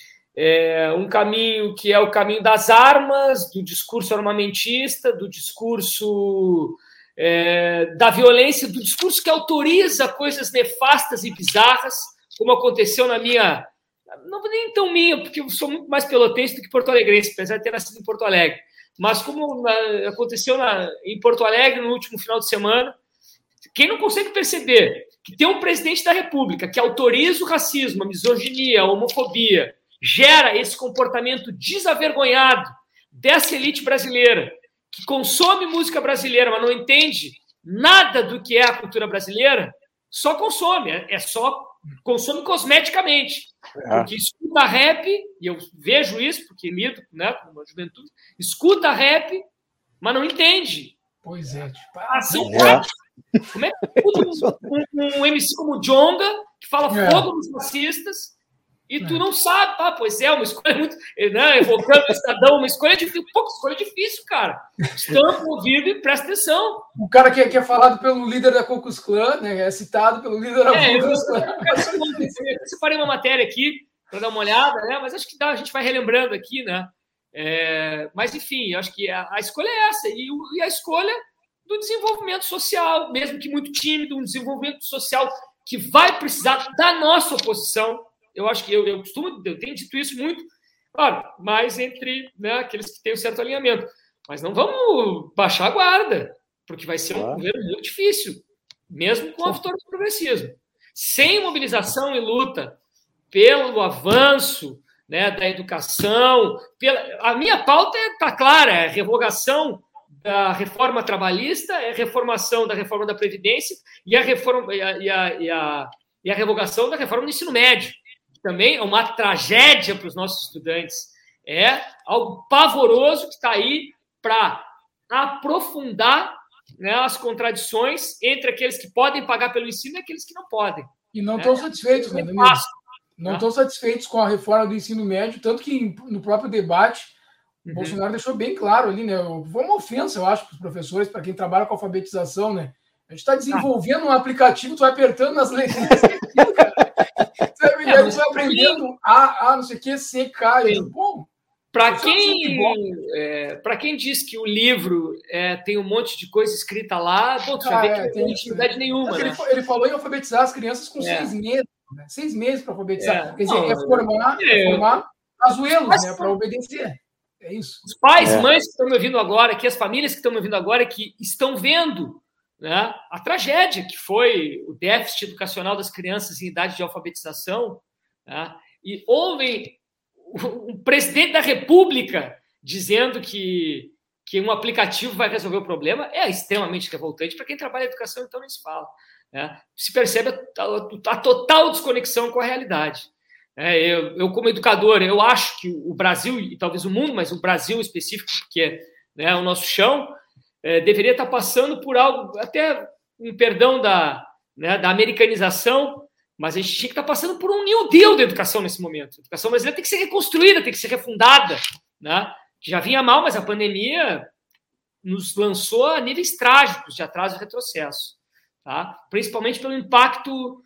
Um caminho que é o caminho das armas, do discurso armamentista, do discurso da violência, do discurso que autoriza coisas nefastas e bizarras, como aconteceu na minha... Não nem tão minha, porque eu sou muito mais pelotense do que porto-alegrense, apesar de ter nascido em Porto Alegre. Mas como aconteceu em Porto Alegre no último final de semana, quem não consegue perceber que tem um presidente da República que autoriza o racismo, a misoginia, a homofobia, gera esse comportamento desavergonhado dessa elite brasileira, que consome música brasileira, mas não entende nada do que é a cultura brasileira, só consome, só consome cosmeticamente. Porque escuta rap, e eu vejo isso, porque lido, né, com uma juventude, escuta rap, mas não entende. Pois é. Tipo, assim, como é que um MC como Djonga, que fala fogo nos racistas, e tu não sabe, pois é, uma escolha muito, né, evocando o Estadão, uma escolha difícil, escolha difícil, cara. Estampa o ouvido e presta atenção. O cara que é falado pelo líder da Ku Klux Klan, né, é citado pelo líder da Ku Klux Klan. Eu separei uma matéria aqui para dar uma olhada, né, mas acho que a gente vai relembrando aqui, né. Mas, enfim, acho que a escolha é essa, e a escolha do desenvolvimento social, mesmo que muito tímido, um desenvolvimento social que vai precisar da nossa oposição. Eu acho que eu tenho dito isso muito, claro, mas entre, né, aqueles que têm um certo alinhamento. Mas não vamos baixar a guarda, porque vai ser um governo muito difícil, mesmo com a vitória do progressismo. Sem mobilização e luta pelo avanço, né, da educação, a minha pauta está clara, é revogação da reforma trabalhista, é reformação da reforma da Previdência e a revogação da reforma do ensino médio. Também é uma tragédia para os nossos estudantes. É algo pavoroso que está aí para aprofundar, né, as contradições entre aqueles que podem pagar pelo ensino e aqueles que não podem. E não estão satisfeitos, né, Danilo? Não estão satisfeitos com a reforma do ensino médio, tanto que no próprio debate, o Bolsonaro deixou bem claro ali, né? Foi uma ofensa, eu acho, para os professores, para quem trabalha com alfabetização, né? A gente está desenvolvendo um aplicativo, tu vai apertando nas letras, cara. Tu vai aprendendo não sei o que, CK. Bom, para quem diz que o livro tem um monte de coisa escrita lá, bom, tu já vê que não tem utilidade nenhuma. Né? Ele falou em alfabetizar as crianças com 6 meses, né? 6 meses para alfabetizar. Quer dizer, formar azuelos, né, para obedecer. É isso. Os pais, mães que estão me ouvindo agora, as famílias que estão me ouvindo agora, que estão vendo, né, a tragédia que foi o déficit educacional das crianças em idade de alfabetização, né, e ouvem o presidente da República dizendo que um aplicativo vai resolver o problema, é extremamente revoltante. Para quem trabalha em educação, então nem se fala. Né? Se percebe a total desconexão com a realidade. Eu, como educador, eu acho que o Brasil, e talvez o mundo, mas o Brasil específico, que é, né, o nosso chão, deveria estar passando por algo, até um perdão da americanização, Mas a gente tinha que estar passando por um New Deal da educação nesse momento. A educação brasileira tem que ser reconstruída, tem que ser refundada, né? Já vinha mal, mas a pandemia nos lançou a níveis trágicos de atraso e retrocesso, tá? Principalmente pelo impacto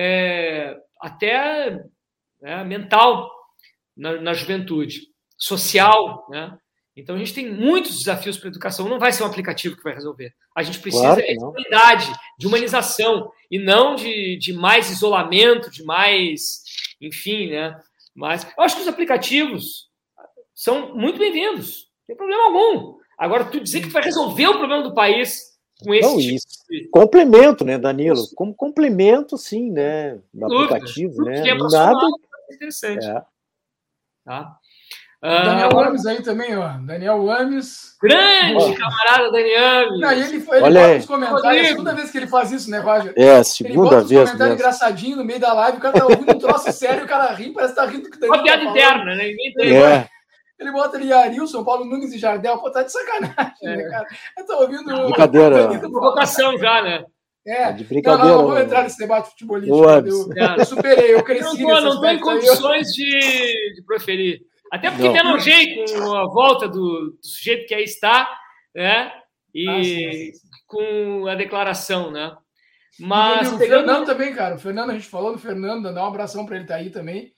até mental na juventude, social, né? Então, a gente tem muitos desafios para a educação. Não vai ser um aplicativo que vai resolver. A gente precisa de humanidade, de humanização, e não de mais isolamento, de mais... Enfim, né? Mas eu acho que os aplicativos são muito bem-vindos. Não tem problema algum. Agora, tu dizer que tu vai resolver o problema do país com esse não, isso. Complemento, né, Danilo? Como complemento, sim, né? Do aplicativo, né? Nada... Interessante. Tá? Daniel Ames aí também, ó. Daniel Ames. Grande camarada Daniel Ames. Não, ele bota nos comentários, é a segunda vez que ele faz isso, né, Roger? É, a segunda vez. Ele bota uns comentários engraçadinhos no meio da live, o cara tá ouvindo um troço sério, o cara ri, parece que tá rindo do que o Daniel uma piada interna, né? Ninguém tem. Ele bota ali Arilson, Paulo Nunes e Jardel, pô, tá de sacanagem, né, cara? Eu tô ouvindo... Brincadeira. Provocação já, né? De brincadeira. Não vou entrar nesse debate futebolístico. Eu superei, eu cresci. Não tô em condições de proferir. Até porque me enojei com a volta do sujeito que aí está, né? E com a declaração, né? Mas o Fernando também, cara. O Fernando, a gente falou do Fernando, dá um abração para ele, tá aí também.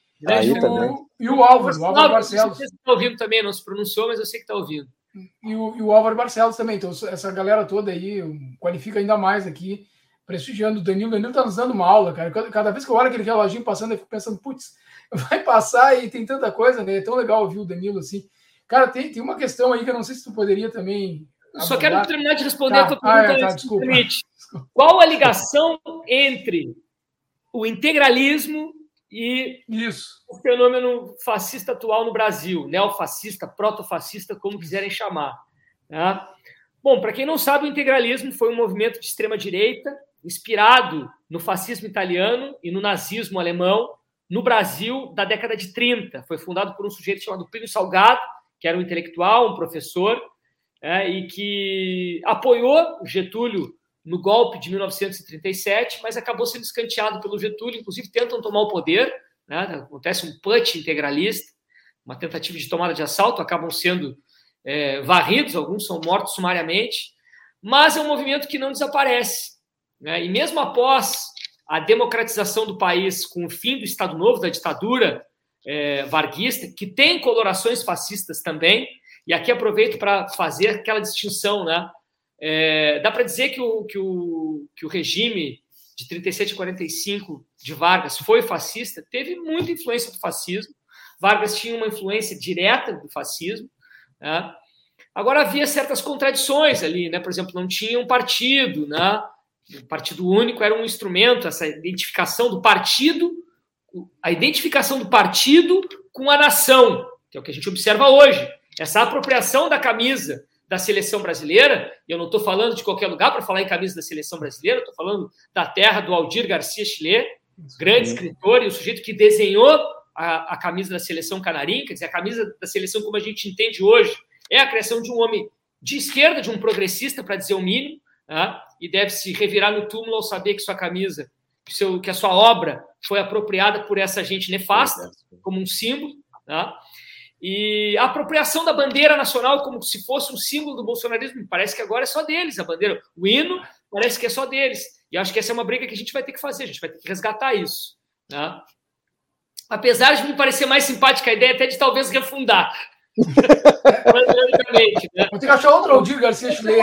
E o Álvaro Barcelos. Você está ouvindo também, não se pronunciou, mas eu sei que está ouvindo. E o Álvaro Barcelos também. Então, essa galera toda aí qualifica ainda mais aqui, prestigiando o Danilo. O Danilo tá nos dando uma aula, cara. Cada vez que eu olho aquele reloginho passando, eu fico pensando, putz, vai passar e tem tanta coisa, né? É tão legal ouvir o Danilo assim. Cara, tem uma questão aí que eu não sei se tu poderia também... Eu só quero terminar de responder a tua pergunta. Desculpa. Qual a ligação entre o integralismo e o fenômeno fascista atual no Brasil, neofascista, protofascista, como quiserem chamar, né? Bom, para quem não sabe, o integralismo foi um movimento de extrema-direita inspirado no fascismo italiano e no nazismo alemão no Brasil da década de 30. Foi fundado por um sujeito chamado Plínio Salgado, que era um intelectual, um professor, e que apoiou Getúlio no golpe de 1937, mas acabou sendo escanteado pelo Getúlio, inclusive tentam tomar o poder, né? Acontece um putsch integralista, uma tentativa de tomada de assalto, acabam sendo varridos, alguns são mortos sumariamente, mas é um movimento que não desaparece, né? E mesmo após a democratização do país, com o fim do Estado Novo, da ditadura varguista, que tem colorações fascistas também, e aqui aproveito para fazer aquela distinção, né? Dá para dizer que o regime de 37 a 45 de Vargas foi fascista, teve muita influência do fascismo. Vargas tinha uma influência direta do fascismo, né? Agora havia certas contradições ali, né? Por exemplo, não tinha um partido, né? O partido único era um instrumento, essa identificação do partido, a identificação do partido com a nação, que é o que a gente observa hoje. Essa apropriação da camisa da seleção brasileira, e eu não estou falando de qualquer lugar para falar em camisa da seleção brasileira, estou falando da terra do Aldir Garcia Chilé, grande escritor, e o sujeito que desenhou a camisa da seleção canarinha, quer dizer, a camisa da seleção como a gente entende hoje, é a criação de um homem de esquerda, de um progressista, para dizer o mínimo, né? E deve se revirar no túmulo ao saber que sua camisa, que a sua obra foi apropriada por essa gente nefasta, como um símbolo, né? E a apropriação da bandeira nacional como se fosse um símbolo do bolsonarismo, parece que agora é só deles, a bandeira, o hino parece que é só deles, e acho que essa é uma briga que a gente vai ter que fazer, a gente vai ter que resgatar isso, né? Apesar de me parecer mais simpática a ideia até de talvez refundar. Né? Vou ter que achar outro Aldir Garcia Chilé.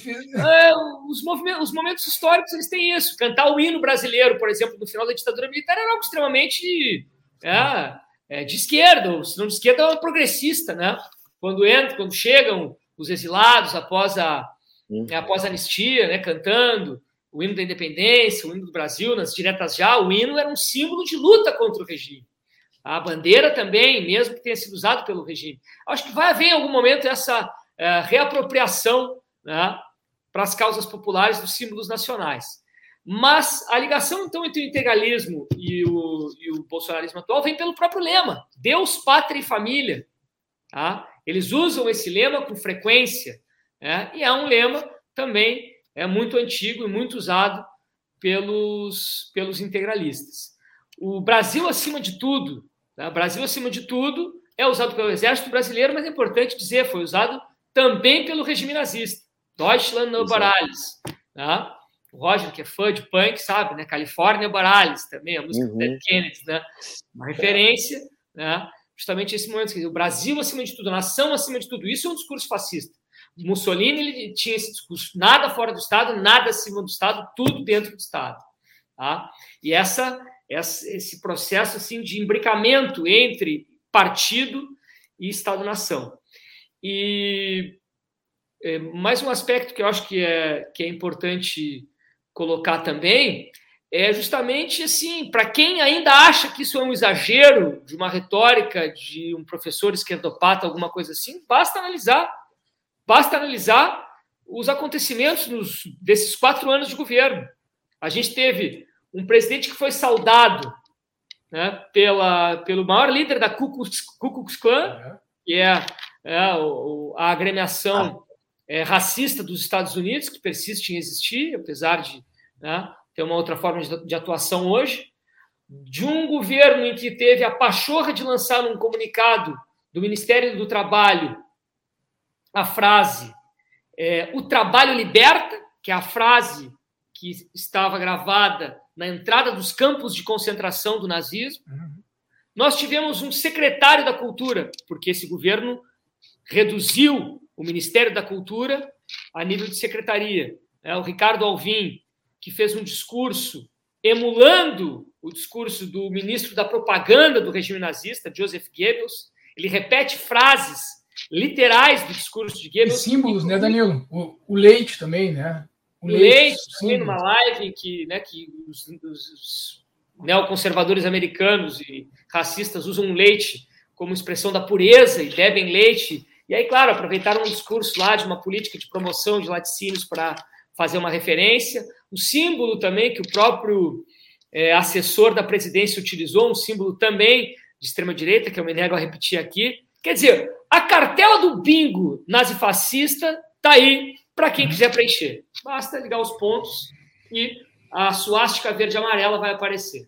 Os momentos históricos, eles têm isso. Cantar o hino brasileiro, por exemplo, no final da ditadura militar, era algo extremamente de esquerda, ou se não de esquerda, progressista, né? Quando chegam os exilados após a anistia, né, cantando o hino da independência, o hino do Brasil, nas diretas já, o hino era um símbolo de luta contra o regime. A bandeira também, mesmo que tenha sido usado pelo regime. Acho que vai haver em algum momento essa reapropriação, né, para as causas populares dos símbolos nacionais. Mas a ligação, então, entre o integralismo e o bolsonarismo atual vem pelo próprio lema, Deus, Pátria e Família. Tá? Eles usam esse lema com frequência, né? E é um lema também muito antigo e muito usado pelos integralistas. o Brasil acima de tudo, né? O Brasil acima de tudo é usado pelo exército brasileiro, mas é importante dizer, foi usado também pelo regime nazista. Deutschland über alles. Né? O Roger, que é fã de punk, sabe, né? California über alles também, a música do Dead Kennedys, né? Uma referência, né? Justamente esse momento, o Brasil acima de tudo, a nação acima de tudo. Isso é um discurso fascista. Mussolini ele tinha esse discurso, nada fora do Estado, nada acima do Estado, tudo dentro do Estado. Tá? E esse processo assim, de imbricamento entre partido e Estado-nação. E mais um aspecto que eu acho que é importante colocar também é justamente assim, para quem ainda acha que isso é um exagero de uma retórica de um professor esquerdopata, alguma coisa assim, basta analisar os acontecimentos desses 4 anos de governo. A gente teve um presidente que foi saudado, né, pelo maior líder da Ku Klux Klan, que é a agremiação racista dos Estados Unidos, que persiste em existir, apesar de, né, ter uma outra forma de atuação hoje, de um governo em que teve a pachorra de lançar um comunicado do Ministério do Trabalho a frase o trabalho liberta, que é a frase que estava gravada na entrada dos campos de concentração do nazismo. Nós tivemos um secretário da Cultura, porque esse governo reduziu o Ministério da Cultura a nível de secretaria. O Ricardo Alvim, que fez um discurso emulando o discurso do ministro da propaganda do regime nazista, Joseph Goebbels. Ele repete frases literais do discurso de Goebbels. E símbolos, né, Danilo? O leite também, né? O leite também, numa live em que os neoconservadores americanos e racistas usam o leite como expressão da pureza e bebem leite. E aí, claro, aproveitaram um discurso lá de uma política de promoção de laticínios para fazer uma referência. O símbolo também que o próprio assessor da presidência utilizou, um símbolo também de extrema-direita, que eu me nego a repetir aqui. Quer dizer, a cartela do bingo nazifascista está aí para quem quiser preencher. Basta ligar os pontos e a suástica verde e amarela vai aparecer.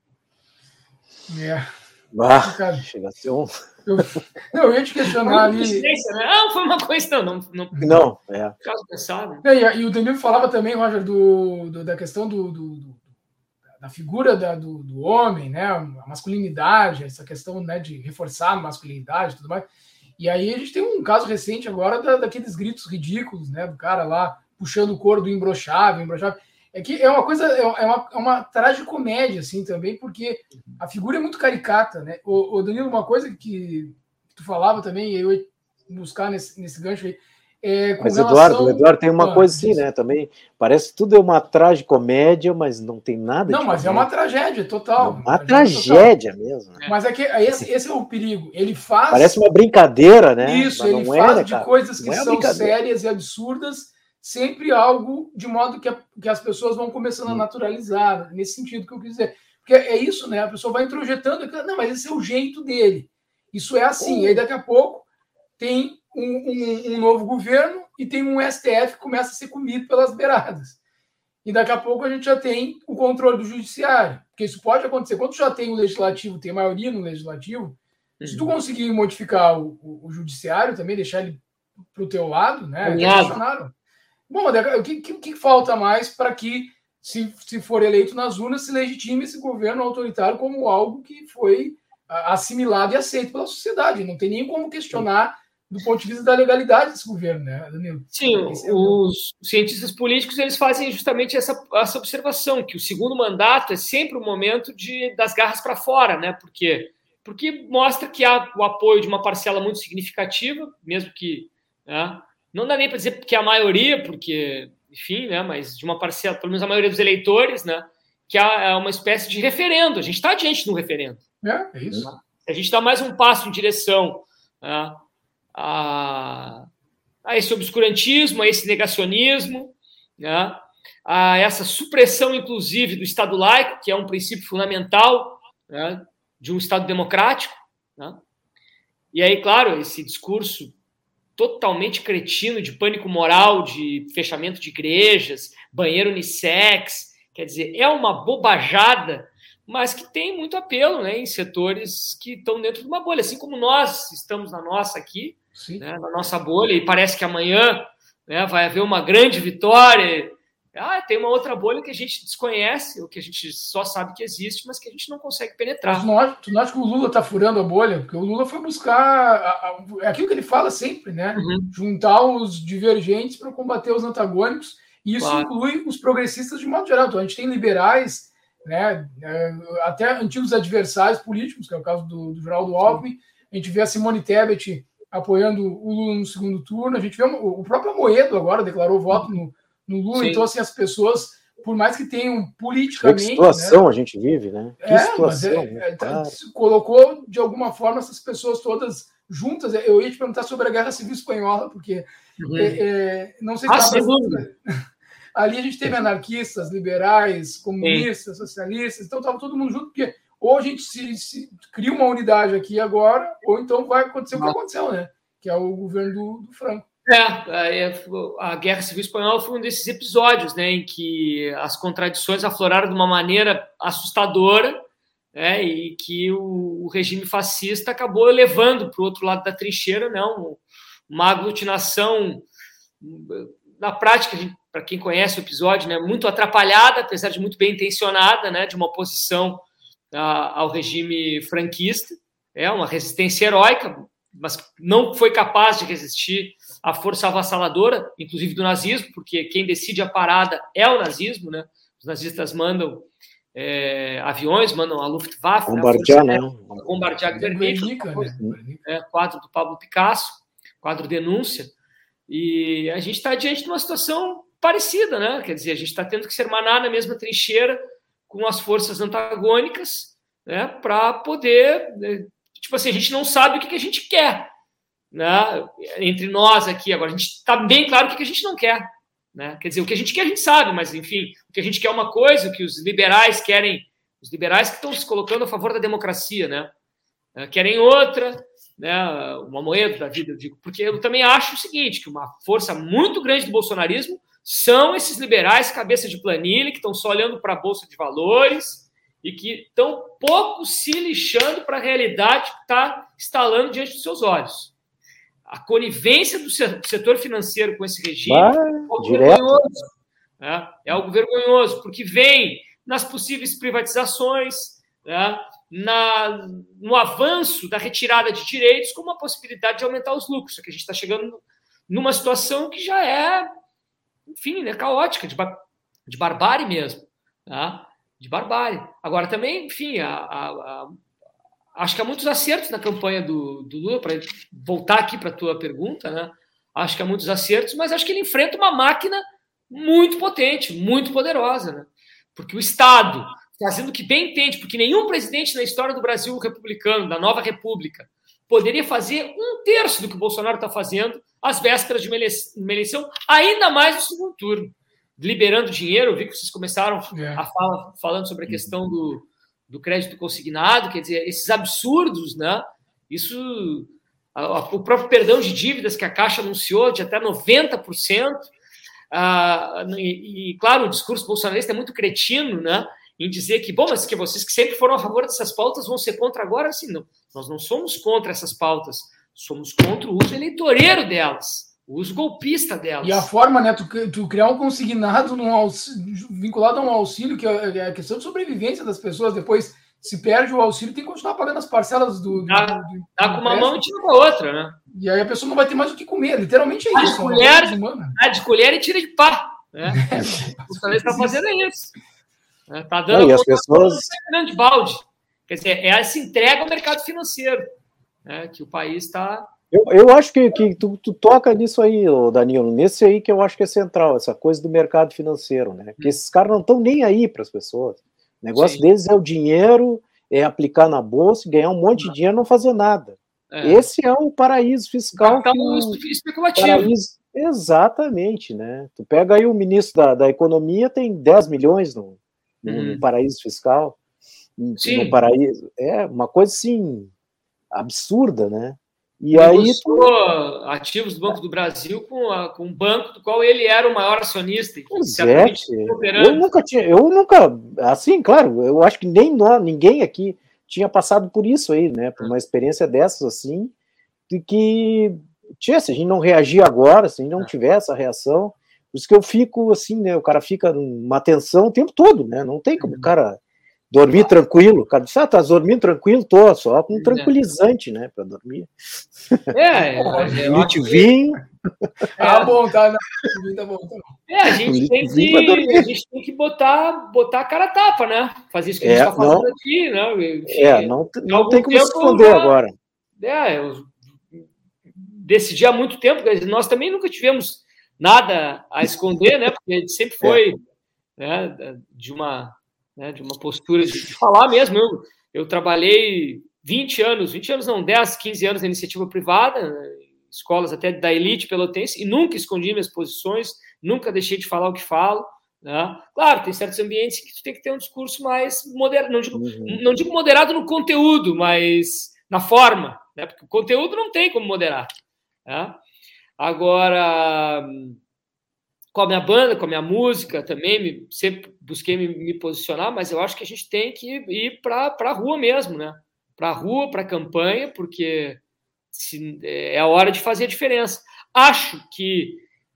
Chega a ser um... Eu ia te questionar ali. Né? Foi uma coisa, não. Caso pensado. E o Danilo falava também, Roger, da questão da figura do homem, né? A masculinidade, essa questão, né, de reforçar a masculinidade e tudo mais. E aí a gente tem um caso recente agora daqueles gritos ridículos, né? Do cara lá puxando o couro do imbrochável. É que é uma coisa, é uma tragicomédia, assim, também, porque a figura é muito caricata, né? O Danilo, uma coisa que tu falava também, eu ia buscar nesse gancho aí, mas relação... Eduardo tem uma coisa assim, né, também, parece que tudo é uma tragicomédia, mas não tem nada Não, mas é uma tragédia total. Uma tragédia total. Mesmo. Né? Mas é que esse é o perigo, ele faz... Parece uma brincadeira, né? Isso, ele faz de coisas que são sérias e absurdas, sempre algo de modo que as pessoas vão começando a naturalizar, nesse sentido que eu quis dizer. Porque é isso, né? A pessoa vai introjetando, não, mas esse é o jeito dele. Isso é assim. Aí daqui a pouco tem um novo governo e tem um STF que começa a ser comido pelas beiradas. E daqui a pouco a gente já tem o controle do judiciário. Porque isso pode acontecer. Quando tu já tem o legislativo, tem maioria no legislativo, se tu conseguir modificar o judiciário também, deixar ele para o teu lado, né? Bom, o que falta mais para que, se for eleito nas urnas, se legitime esse governo autoritário como algo que foi assimilado e aceito pela sociedade? Não tem nem como questionar do ponto de vista da legalidade desse governo, né, Danilo? Sim, os cientistas políticos eles fazem justamente essa observação, que o segundo mandato é sempre o momento das garras para fora, né? Porque mostra que há o apoio de uma parcela muito significativa, mesmo que... Né, não dá nem para dizer que é a maioria, porque, enfim, né, mas de uma parcela, pelo menos a maioria dos eleitores, né, que é uma espécie de referendo. A gente está diante de um referendo. É isso. A gente dá mais um passo em direção a esse obscurantismo, a esse negacionismo, né, a essa supressão, inclusive, do Estado laico, que é um princípio fundamental, né, de um Estado democrático. Né? E aí, claro, esse discurso totalmente cretino de pânico moral, de fechamento de igrejas, banheiro unissex, quer dizer, é uma bobajada, mas que tem muito apelo, né, em setores que estão dentro de uma bolha, assim como nós estamos na nossa aqui, né, na nossa bolha, e parece que amanhã, né, vai haver uma grande vitória. Tem uma outra bolha que a gente desconhece, ou que a gente só sabe que existe, mas que a gente não consegue penetrar. Tu não acha que o Lula está furando a bolha? Porque o Lula foi buscar aquilo que ele fala sempre, né? Juntar os divergentes para combater os antagônicos, e isso inclui os progressistas de modo geral. Então, a gente tem liberais, né, até antigos adversários políticos, que é o caso do Geraldo Alckmin. A gente vê a Simone Tebet apoiando o Lula no segundo turno. A gente vê o próprio Amoedo agora declarou voto no Lula. Então, assim, as pessoas, por mais que tenham politicamente... Que situação, né, a gente vive, né? Que situação. Colocou, de alguma forma, essas pessoas todas juntas. Eu ia te perguntar sobre a Guerra Civil Espanhola, porque não sei se ali a gente teve anarquistas, liberais, comunistas, socialistas, então estava todo mundo junto, porque ou a gente se cria uma unidade aqui agora, ou então vai acontecer o que aconteceu, né? Que é o governo do Franco. A Guerra Civil Espanhola foi um desses episódios, né, em que as contradições afloraram de uma maneira assustadora, né, e que o regime fascista acabou levando para o outro lado da trincheira, né, uma aglutinação, na prática, para quem conhece o episódio, né, muito atrapalhada, apesar de muito bem intencionada, né, de uma oposição ao regime franquista, uma resistência heróica, mas não foi capaz de resistir à força avassaladora, inclusive do nazismo, porque quem decide a parada é o nazismo, né? Os nazistas mandam aviões, mandam a Luftwaffe, bombardear Guernica, quadro do Pablo Picasso, quadro Denúncia, e a gente está diante de uma situação parecida, né? Quer dizer, a gente está tendo que se hermanar na mesma trincheira com as forças antagônicas, né? Para poder... Tipo assim, a gente não sabe o que a gente quer, né? Entre nós aqui agora. A gente está bem claro o que a gente não quer, né? Quer dizer, o que a gente quer a gente sabe, mas, enfim, o que a gente quer é uma coisa, o que os liberais querem, os liberais que estão se colocando a favor da democracia, né? Querem outra, né? Uma moeda da vida, eu digo. Porque eu também acho o seguinte, que uma força muito grande do bolsonarismo são esses liberais cabeça de planilha, que estão só olhando para a Bolsa de Valores e que estão pouco se lixando para a realidade que está instalando diante dos seus olhos. A conivência do setor financeiro com esse regime é algo vergonhoso. Né? É algo vergonhoso, porque vem nas possíveis privatizações, né? No avanço da retirada de direitos, com uma possibilidade de aumentar os lucros. Só que a gente está chegando numa situação que já é, enfim, né, caótica, de barbárie mesmo. Tá? De barbárie. Agora, também, enfim, acho que há muitos acertos na campanha do Lula, para voltar aqui para a tua pergunta, né? Acho que há muitos acertos, mas acho que ele enfrenta uma máquina muito potente, muito poderosa, né? Porque o Estado, fazendo o que bem entende, porque nenhum presidente na história do Brasil republicano, da nova república, poderia fazer 1/3 do que o Bolsonaro está fazendo às vésperas de uma eleição, ainda mais no segundo turno. Liberando dinheiro, eu vi que vocês começaram falando sobre a questão do crédito consignado, quer dizer, esses absurdos, né? Isso, o próprio perdão de dívidas que a Caixa anunciou, de até 90%, e claro, o discurso bolsonarista é muito cretino, né? Em dizer que, mas que vocês que sempre foram a favor dessas pautas vão ser contra agora, assim, não. Nós não somos contra essas pautas, somos contra o uso eleitoreiro delas. O uso golpista delas. E a forma, né, tu criar um consignado vinculado a um auxílio, que é a questão de sobrevivência das pessoas, depois se perde o auxílio, tem que continuar pagando as parcelas dá com uma mão e tira com a outra, né? E aí a pessoa não vai ter mais o que comer, literalmente é isso. De colher e tira de pá. Né? O que está fazendo é isso. Está dando e as pessoas de balde. Quer dizer, é essa entrega ao mercado financeiro, né, que o país está... Eu acho que tu toca nisso aí, Danilo, nesse aí que eu acho que é central, essa coisa do mercado financeiro, né? Porque esses caras não estão nem aí para as pessoas. O negócio deles é o dinheiro, é aplicar na bolsa, ganhar um monte de dinheiro e não fazer nada. Esse é o paraíso fiscal. Especulativo. Exatamente, né? Tu pega aí o ministro da Economia, tem 10 milhões no paraíso fiscal. No paraíso. É uma coisa assim absurda, né? E aí ativos do Banco do Brasil com um banco do qual ele era o maior acionista. Eu nunca, assim, claro, eu acho que ninguém aqui tinha passado por isso aí, né? Por uma experiência dessas, assim, de que, se a gente não reagir agora, se a gente não tiver essa reação, por isso que eu fico assim, né? O cara fica numa tensão o tempo todo, né? Não tem como o cara dormir tranquilo. O cara diz, tá dormindo tranquilo? Tô, só com um tranquilizante, né? Pra dormir. Vinho. Bom, tá? Tá bom. A gente tem que botar a cara a tapa, né? Fazer isso que a gente está fazendo aqui, né? Enfim, não tem como se esconder agora. Eu decidi há muito tempo, nós também nunca tivemos nada a esconder, né? Porque a gente sempre foi né, de uma postura de falar mesmo. Eu trabalhei 20 anos não, 10, 15 anos na iniciativa privada, escolas até da elite pelotense, e nunca escondi minhas posições, nunca deixei de falar o que falo. Né? Claro, tem certos ambientes que tu tem que ter um discurso mais moderado, não digo moderado no conteúdo, mas na forma, né? Porque o conteúdo não tem como moderar. Né? Agora, com a minha banda, com a minha música também, sempre busquei me posicionar, mas eu acho que a gente tem que ir para a rua mesmo, né? Para a rua, para a campanha, porque é a hora de fazer a diferença. Acho que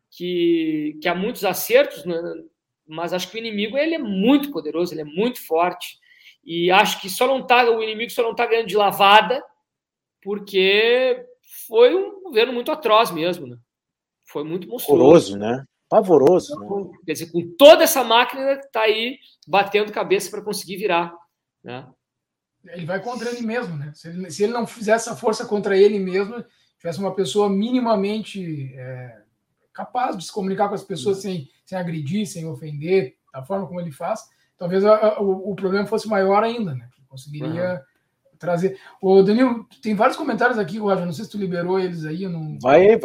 há muitos acertos, né? Mas acho que o inimigo ele é muito poderoso, ele é muito forte, e acho que o inimigo só não está ganhando de lavada porque foi um governo muito atroz mesmo, né? Foi muito monstruoso. Pavoroso, né? Quer dizer, com toda essa máquina que está aí batendo cabeça para conseguir virar, né? Ele vai contra ele mesmo, né? Se ele não fizesse essa força contra ele mesmo, tivesse uma pessoa minimamente capaz de se comunicar com as pessoas sem agredir, sem ofender, da forma como ele faz, talvez o problema fosse maior ainda, né? Conseguiria trazer. O Danilo, tem vários comentários aqui, Roger, não sei se tu liberou eles aí. Eu não... Vai.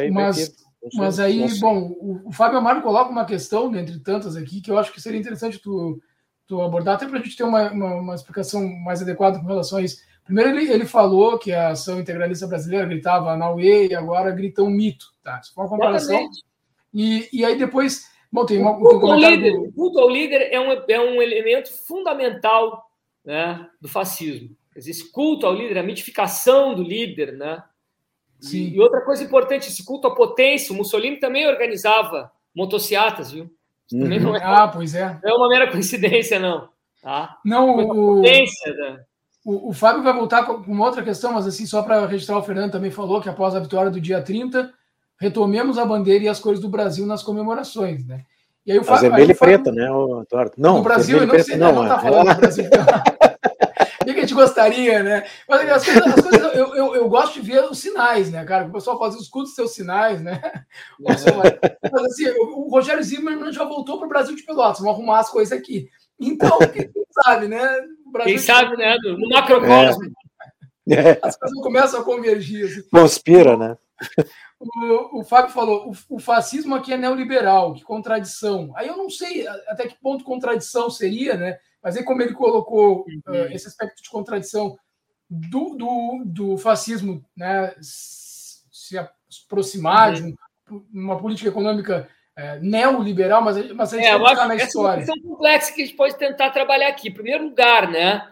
Mas aí, bom, o Fábio Amaro coloca uma questão, dentre tantas aqui, que eu acho que seria interessante tu abordar, até para a gente ter uma explicação mais adequada com relação a isso. Primeiro, ele falou que a ação integralista brasileira gritava na UE e agora grita um mito. Tá? Isso foi uma comparação. E aí depois... Bom, tem um comentário o culto ao líder é um elemento fundamental, né, do fascismo. Esse culto ao líder, a mitificação do líder, né? Sim. E outra coisa importante, esse culto à potência, o Mussolini também organizava motociatas, viu? Também não pois é. Não é uma mera coincidência, não. Tá? Não, o Fábio vai voltar com uma outra questão, mas assim, só para registrar, o Fernando também falou que após a vitória do dia 30, retomemos a bandeira e as cores do Brasil nas comemorações, né? E aí o Fábio, vermelho e preta, né, Eduardo? Não, do Brasil, eu não sei, não tá falando do Brasil. O que a gente gostaria, né? Mas as coisas eu gosto de ver os sinais, né, cara? O pessoal faz os cultos seus sinais, né? Mas assim, o Rogério Zimmermann já voltou para o Brasil de Pelotas, vamos arrumar as coisas aqui. Então, quem sabe, né? Quem sabe, né? No macrocosmo. As coisas começam a convergir. Assim. Conspira, né? O Fábio falou, o fascismo aqui é neoliberal, que contradição. Aí eu não sei até que ponto contradição seria, né? Mas aí como ele colocou esse aspecto de contradição do fascismo, né, se aproximar de uma política econômica neoliberal, mas a gente vai ficar na história. Essa é uma questão complexa que a gente pode tentar trabalhar aqui. Em primeiro lugar, né,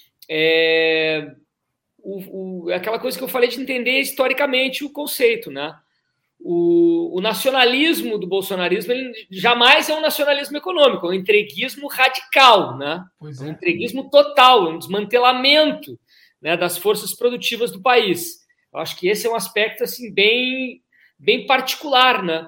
aquela coisa que eu falei de entender historicamente o conceito, né? O nacionalismo do bolsonarismo ele jamais é um nacionalismo econômico, é um entreguismo radical, né? É um entreguismo total, é um desmantelamento, né, das forças produtivas do país. Eu acho que esse é um aspecto assim, bem particular, né,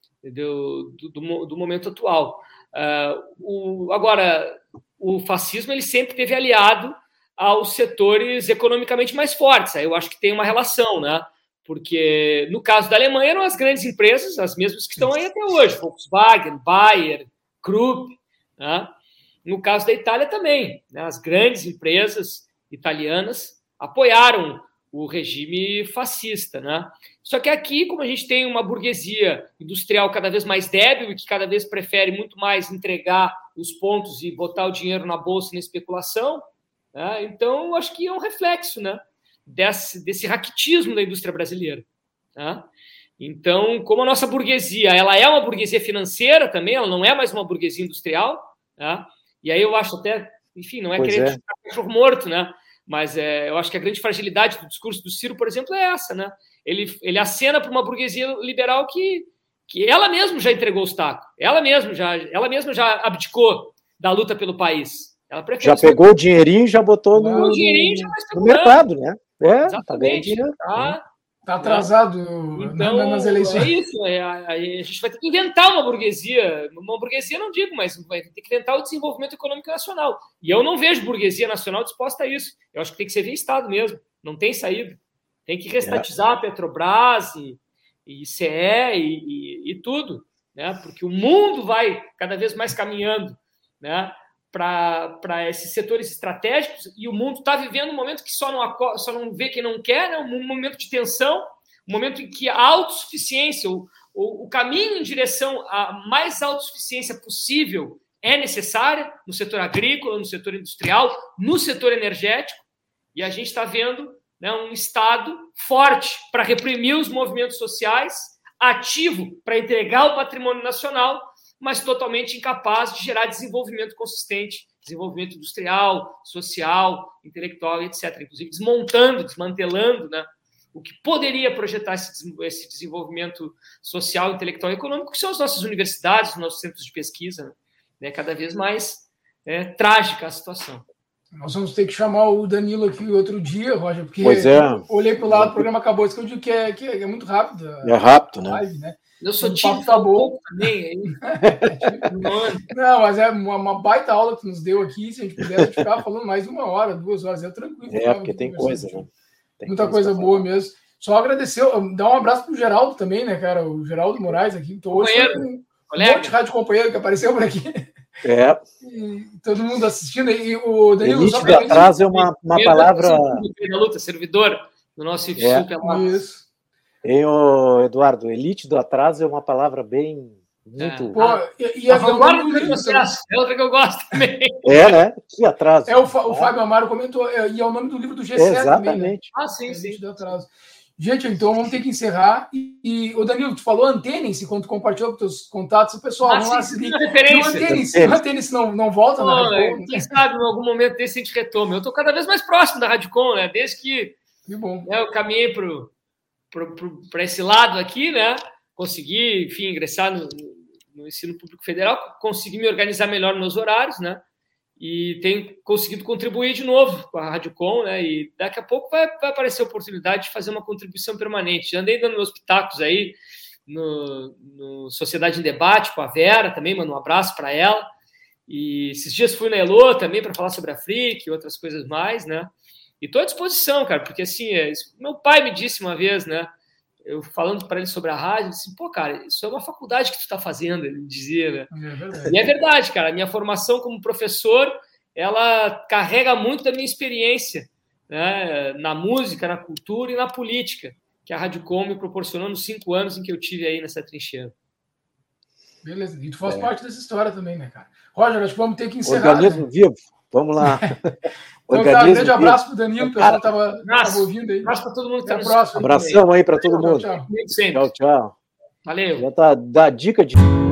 do momento atual. Agora, o fascismo ele sempre teve aliado aos setores economicamente mais fortes. Aí eu acho que tem uma relação, né? Porque no caso da Alemanha eram as grandes empresas, as mesmas que estão aí até hoje, Volkswagen, Bayer, Krupp, né? No caso da Itália também, né? As grandes empresas italianas apoiaram o regime fascista, né? Só que aqui, como a gente tem uma burguesia industrial cada vez mais débil e que cada vez prefere muito mais entregar os pontos e botar o dinheiro na bolsa e na especulação, né? Então acho que é um reflexo, né, desse raquitismo da indústria brasileira. Tá? Então, como a nossa burguesia, ela é uma burguesia financeira também, ela não é mais uma burguesia industrial, tá? E aí eu acho até, enfim, não é querer ficar cachorro morto, né? Mas eu acho que a grande fragilidade do discurso do Ciro, por exemplo, é essa, né? Ele acena para uma burguesia liberal que ela mesma já entregou os tacos, ela mesma já abdicou da luta pelo país. Ela já pegou o dinheirinho e já botou no mercado, né? Exatamente. Tá atrasado então, nas eleições. É isso. A gente vai ter que inventar uma burguesia. Uma burguesia não digo, mas vai ter que inventar o desenvolvimento econômico nacional. E eu não vejo burguesia nacional disposta a isso. Eu acho que tem que ser via Estado mesmo. Não tem saída. Tem que restatizar a Petrobras e ICE e tudo, né? Porque o mundo vai cada vez mais caminhando, né, para esses setores estratégicos, e o mundo está vivendo um momento que só não vê quem não quer, né? Um momento de tensão, um momento em que a autossuficiência, o caminho em direção à mais autossuficiência possível é necessária no setor agrícola, no setor industrial, no setor energético, e a gente está vendo, né, um Estado forte para reprimir os movimentos sociais, ativo para entregar o patrimônio nacional, mas totalmente incapaz de gerar desenvolvimento consistente, desenvolvimento industrial, social, intelectual, etc. Inclusive desmantelando, né, o que poderia projetar esse desenvolvimento social, intelectual e econômico, que são as nossas universidades, os nossos centros de pesquisa, né, cada vez mais trágica a situação. Nós vamos ter que chamar o Danilo aqui outro dia, Roger, porque olhei para o lado, o programa acabou, isso que eu digo que é muito rápido. É rápido, né? Live, né? Eu sou tímido também. Não, mas é uma baita aula que nos deu aqui. Se a gente pudesse ficar falando mais 1 hora, 2 horas, é tranquilo. Porque tem coisa, né? Tem muita coisa boa mesmo. Só agradecer, dar um abraço pro Geraldo também, né, cara? O Geraldo Moraes aqui. Tô hoje um monte de rádio companheiro que apareceu por aqui. E todo mundo assistindo. E o Danilo, elite do atraso é uma palavra. Da luta, servidor do nosso IFSU. Isso. Eduardo, elite do atraso é uma palavra bem muito. E a vanguarda do processo é outra que eu gosto também. Né? Que atraso. O Fábio Amaro comentou, e é o nome do livro do G7 exatamente. Também, né? Sim. Elite do atraso. Gente, então vamos ter que encerrar. E o Danilo, tu falou Antenem-se quando tu compartilhou com teus contatos. O pessoal, vamos lá seguir. O Antenem-se não volta na Radicom. Quem sabe, em algum momento desse a gente retoma. Eu estou cada vez mais próximo da Radicom, né? Desde que eu caminhei para esse lado aqui, né? Consegui, enfim, ingressar no ensino público federal, consegui me organizar melhor nos meus horários, né? E tenho conseguido contribuir de novo com a Radicom, né? E daqui a pouco vai aparecer a oportunidade de fazer uma contribuição permanente. Andei dando meus pitacos aí no Sociedade em Debate com a Vera também, mando um abraço para ela. E esses dias fui na Elo também para falar sobre a Frick e outras coisas mais, né? E estou à disposição, cara, porque assim, meu pai me disse uma vez, né? Eu falando para ele sobre a rádio, disse, pô, cara, isso é uma faculdade que tu está fazendo, ele dizia, né? E é verdade, cara, a minha formação como professor, ela carrega muito da minha experiência, né, na música, na cultura e na política, que a Radicom me proporcionou nos 5 anos em que eu tive aí nessa trincheira. Beleza, e tu faz parte dessa história também, né, cara? Roger, acho que vamos ter que encerrar. Organismo vivo, vamos lá. Então, um grande abraço para o Danilo, o pessoal estava ouvindo aí. Abraço para todo mundo. Até a próxima. Abração aí para todo mundo. Tchau. Tchau. Valeu. Já tá da dica de